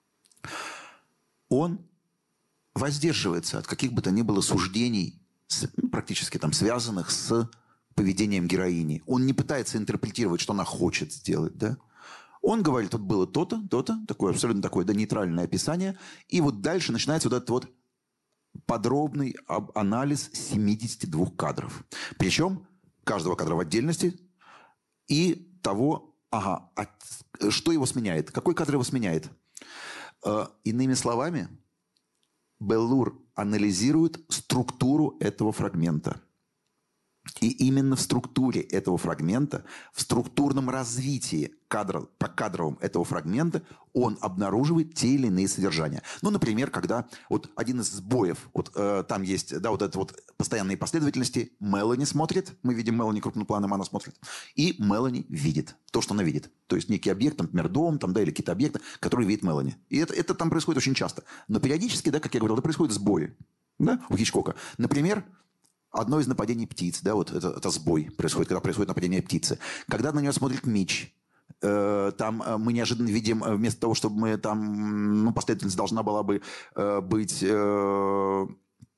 B: Он воздерживается от каких бы то ни было суждений, практически там связанных с поведением героини. Он не пытается интерпретировать, что она хочет сделать, да? Он говорит, тут было то-то, то-то, такое абсолютно такое, да, нейтральное описание, и вот дальше начинается вот этот вот подробный анализ семидесяти двух кадров. Причем каждого кадра в отдельности и того, ага, а что его сменяет, какой кадр его сменяет. Э, иными словами, Беллур анализирует структуру этого фрагмента. И именно в структуре этого фрагмента, в структурном развитии кадра, по кадровым этого фрагмента он обнаруживает те или иные содержания. Ну, например, когда вот один из сбоев, вот э, там есть, да, вот это вот постоянные последовательности, Мелани смотрит, мы видим Мелани крупным планом, она смотрит, и Мелани видит то, что она видит. То есть некий объект, например, дом, там, да, или какие-то объекты, которые видит Мелани. И это, это там происходит очень часто. Но периодически, да, как я говорил, это происходит сбои, да, у Хичкока. Например, одно из нападений птиц, да, вот это, это сбой происходит, когда происходит нападение птицы. Когда на нее смотрит Митч, э, там э, мы неожиданно видим, э, вместо того, чтобы мы там, ну, последовательность должна была бы э, быть... Э,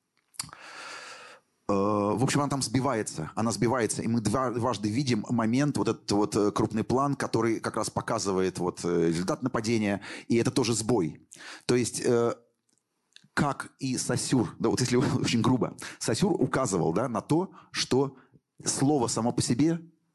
B: В общем, она там сбивается. Она сбивается. И мы дважды видим момент, вот этот вот крупный план, который как раз показывает вот результат нападения. И это тоже сбой. То есть, как и Сосюр, да, вот если очень грубо, Сосюр указывал, да, на то, что слово само по себе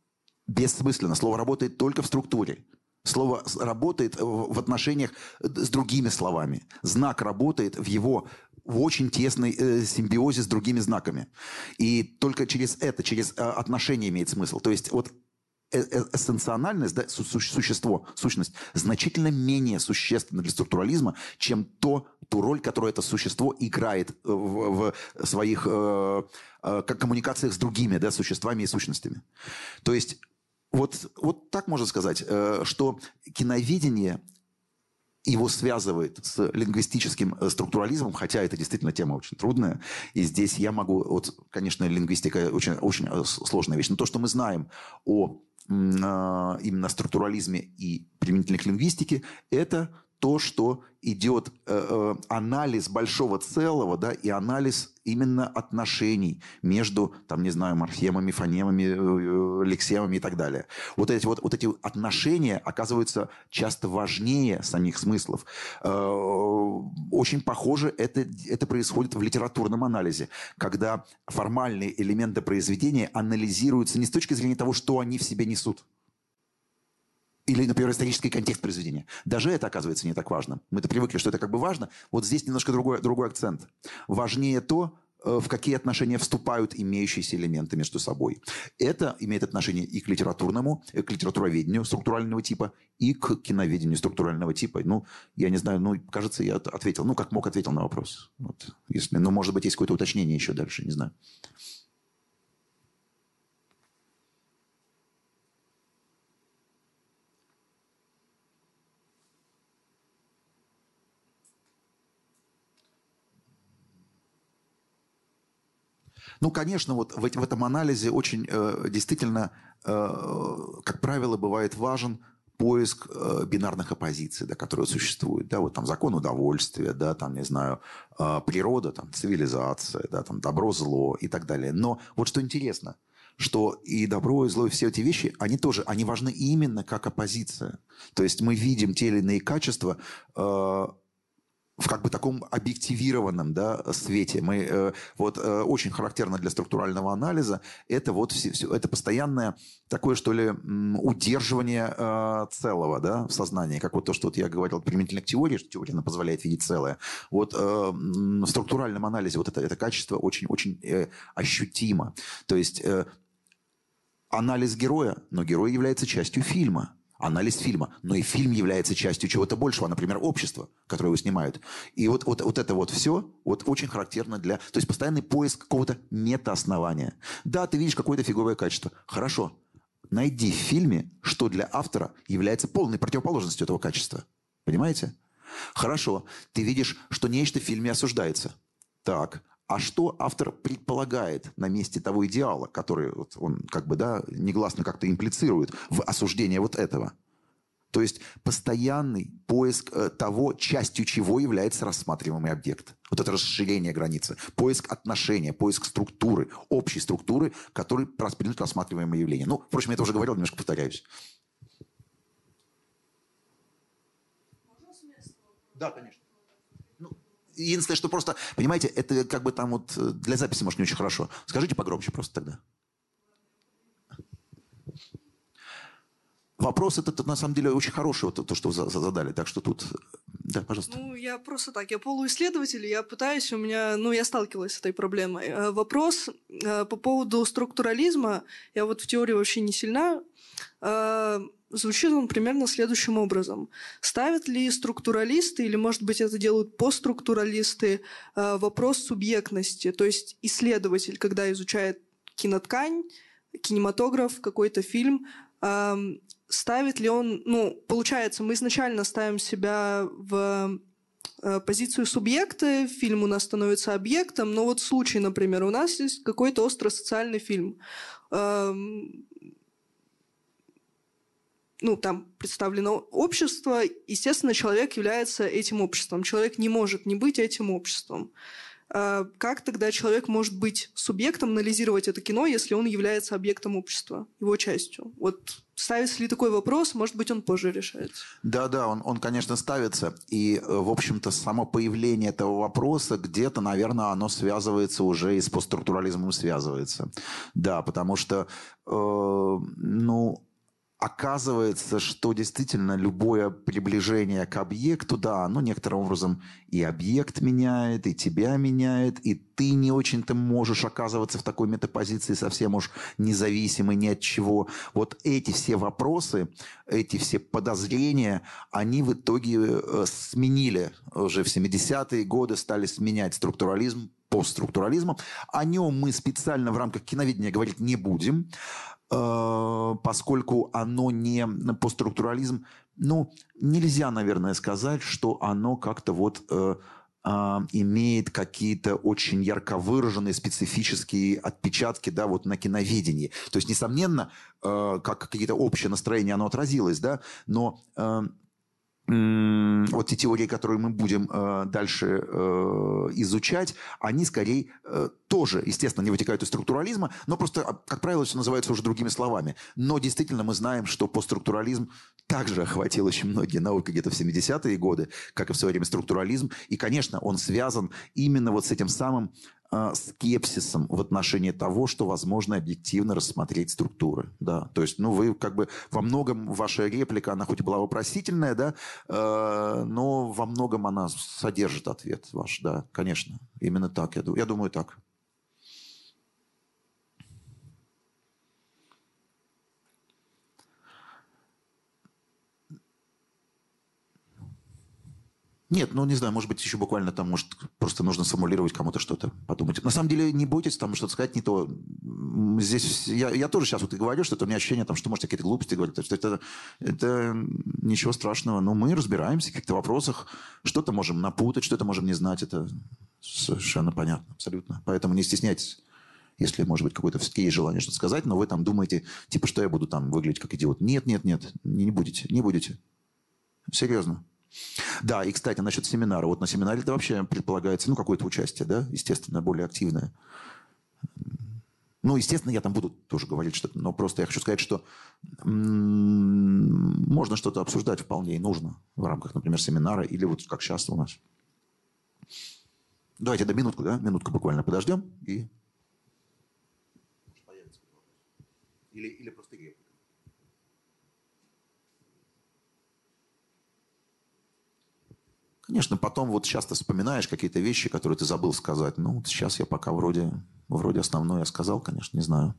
B: бессмысленно. Слово работает только в структуре. Слово работает в отношениях с другими словами. Знак работает в его в очень тесной э, симбиозе с другими знаками. И только через это, через э, отношения имеет смысл. То есть вот э э эссенциональность, да, су существо, сущность значительно менее существенна для структурализма, чем то, ту роль, которую это существо играет в, в своих э, э, коммуникациях с другими, да, существами и сущностями. То есть вот, вот так можно сказать, э, что киновидение его связывает с лингвистическим структурализмом, хотя это действительно тема очень трудная. И здесь я могу... Вот, конечно, лингвистика очень, очень сложная вещь. Но то, что мы знаем о именно структурализме и применительно к лингвистике, это то, что идет э, анализ большого целого, да, и анализ именно отношений между, там, не знаю, морфемами, фонемами, э, лексемами и так далее. Вот эти, вот, вот эти отношения оказываются часто важнее самих смыслов. Э, очень похоже это, это происходит в литературном анализе, когда формальные элементы произведения анализируются не с точки зрения того, что они в себе несут, или, например, исторический контекст произведения. Даже это оказывается не так важно. Мы-то привыкли, что это как бы важно. Вот здесь немножко другой, другой акцент. Важнее то, в какие отношения вступают имеющиеся элементы между собой. Это имеет отношение и к литературному, и к литературоведению структурального типа, и к киноведению структурального типа. Ну, я не знаю, ну, кажется, я ответил. Ну, как мог, ответил на вопрос. Вот, если, ну, может быть, есть какое-то уточнение еще дальше, не знаю. Ну, конечно, вот в, в этом анализе очень э, действительно, э, как правило, бывает важен поиск э, бинарных оппозиций, да, которые существуют. Да, вот там закон удовольствия, да, там, не знаю, э, природа, там, цивилизация, да, там, добро-зло и так далее. Но вот что интересно, что и добро, и зло, и все эти вещи, они тоже, они важны именно как оппозиция. То есть мы видим те или иные качества э, в как бы таком объективированном, да, свете. Мы, э, вот, э, очень характерно для структурального анализа это, вот, все, все, это постоянное такое, что ли, удерживание э, целого, да, в сознании. Как вот то, что вот я говорил применительно к теории, что теория она позволяет видеть целое. Вот, э, в структуральном анализе вот это, это качество очень-очень э, ощутимо. То есть э, анализ героя, но герой является частью фильма. Анализ фильма. Но и фильм является частью чего-то большего, например, общества, которое его снимают. И вот, вот, вот это вот все вот очень характерно для... То есть постоянный поиск какого-то метаоснования. Да, ты видишь какое-то фиговое качество. Хорошо. Найди в фильме, что для автора является полной противоположностью этого качества. Понимаете? Хорошо. Ты видишь, что нечто в фильме осуждается. Так. А что автор предполагает на месте того идеала, который вот он как бы, да, негласно как-то имплицирует в осуждение вот этого? То есть постоянный поиск э, того, частью чего является рассматриваемый объект. Вот это расширение границы. Поиск отношения, поиск структуры, общей структуры, которой придут рассматриваемое явление. Ну, впрочем, я это уже говорил, немножко повторяюсь. Да, конечно. Единственное, что просто, понимаете, это как бы там вот для записи, может, не очень хорошо. Скажите погромче просто тогда. Вопрос этот, на самом деле, очень хороший, вот то, что вы задали. Так что тут... Да, пожалуйста.
F: Ну, я просто так, я полуисследователь, я пытаюсь, у меня... Ну, я сталкивалась с этой проблемой. Вопрос по поводу структурализма, я вот в теории вообще не сильна, звучит он примерно следующим образом. Ставят ли структуралисты, или, может быть, это делают постструктуралисты, вопрос субъектности? То есть исследователь, когда изучает киноткань, кинематограф, какой-то фильм, ставит ли он... Ну, получается, мы изначально ставим себя в позицию субъекта, фильм у нас становится объектом, но вот случай, например, у нас есть какой-то остросоциальный фильм. Ну, там представлено общество, естественно, человек является этим обществом. Человек не может не быть этим обществом. А как тогда человек может быть субъектом, анализировать это кино, если он является объектом общества, его частью? Вот ставится ли такой вопрос, может быть, он позже решается?
B: Да-да, он, он, конечно, ставится. И, в общем-то, само появление этого вопроса где-то, наверное, оно связывается уже и с постструктурализмом связывается. Да, потому что, э, ну... оказывается, что действительно любое приближение к объекту, да, оно некоторым образом и объект меняет, и тебя меняет, и ты не очень-то можешь оказываться в такой метапозиции совсем уж независимый ни от чего. Вот эти все вопросы, эти все подозрения, они в итоге сменили уже в семидесятые годы, стали сменять структурализм постструктурализмом. О нем мы специально в рамках киноведения говорить не будем, поскольку оно не постструктурализм, ну, нельзя, наверное, сказать, что оно как-то вот э, э, имеет какие-то очень ярко выраженные специфические отпечатки, да, вот на киноведении. То есть, несомненно, э, как какие-то общее настроение оно отразилось, да, но... Э, вот те теории, которые мы будем э, дальше э, изучать, они скорее э, тоже, естественно, не вытекают из структурализма, но просто, как правило, все называется уже другими словами. Но действительно мы знаем, что постструктурализм также охватил очень многие науки где-то в семидесятые годы, как и в свое время структурализм. И, конечно, он связан именно вот с этим самым э, скепсисом в отношении того, что возможно объективно рассмотреть структуры. Да. То есть, ну, вы как бы во многом, ваша реплика, она хоть и была вопросительная, да, э, но во многом она содержит ответ ваш, да, конечно. Именно так, я, я думаю, так. Нет, ну не знаю, может быть, еще буквально там, может, просто нужно сформулировать кому-то что-то, подумать. На самом деле, не бойтесь там что-то сказать, не то. Здесь я, я тоже сейчас вот и говорю, что это у меня ощущение, там, что может какие-то глупости говорить. То есть это, это ничего страшного. Но мы разбираемся в каких-то вопросах, что-то можем напутать, что-то можем не знать. Это совершенно понятно, абсолютно. Поэтому не стесняйтесь. Если, может быть, какое-то все-таки есть желание что-то сказать, но вы там думаете, типа, что я буду там выглядеть как идиот. Нет, нет, нет, не, не будете, не будете. Серьезно. Да, и, кстати, насчет семинара. Вот на семинаре это вообще предполагается, ну, какое-то участие, да, естественно, более активное. Ну, естественно, я там буду тоже говорить что-то, но просто я хочу сказать, что м-м, можно что-то обсуждать вполне и нужно в рамках, например, семинара или вот как сейчас у нас. Давайте до минутку, да, минутку буквально подождем и... Или, или просто реплика. Конечно, потом вот часто вспоминаешь какие-то вещи, которые ты забыл сказать. Ну, вот сейчас я пока вроде, вроде основное я сказал, конечно, не знаю.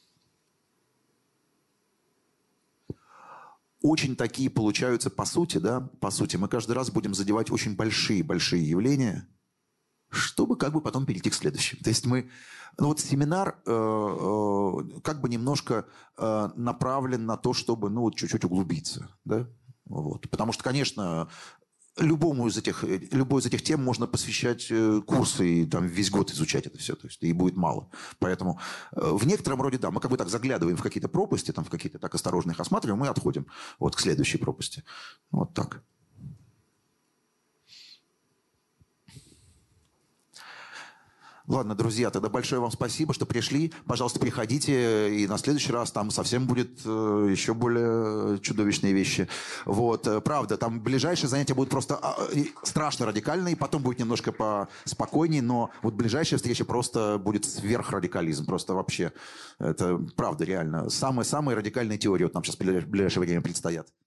B: Очень такие получаются, по сути, да, по сути, мы каждый раз будем задевать очень большие-большие явления, чтобы как бы потом перейти к следующим. То есть мы... Ну вот семинар э, э, как бы немножко э, направлен на то, чтобы, ну, вот чуть-чуть углубиться, да? Вот. Потому что, конечно... Любому из этих, любой из этих тем можно посвящать курсы и там весь год изучать это все, то есть и будет мало. Поэтому в некотором роде, да, мы как бы так заглядываем в какие-то пропасти, там в какие-то так осторожно их осматриваем и отходим вот к следующей пропасти. Вот так. Ладно, друзья, тогда большое вам спасибо, что пришли. Пожалуйста, приходите, и на следующий раз там совсем будет э, еще более чудовищные вещи. Вот, э, правда, там ближайшие занятия будут просто э, страшно радикальные, потом будет немножко поспокойнее, но вот ближайшая встреча просто будет сверхрадикализм, просто вообще. Это правда, реально. Самые-самые радикальные теории вот нам сейчас в ближайшее время предстоят.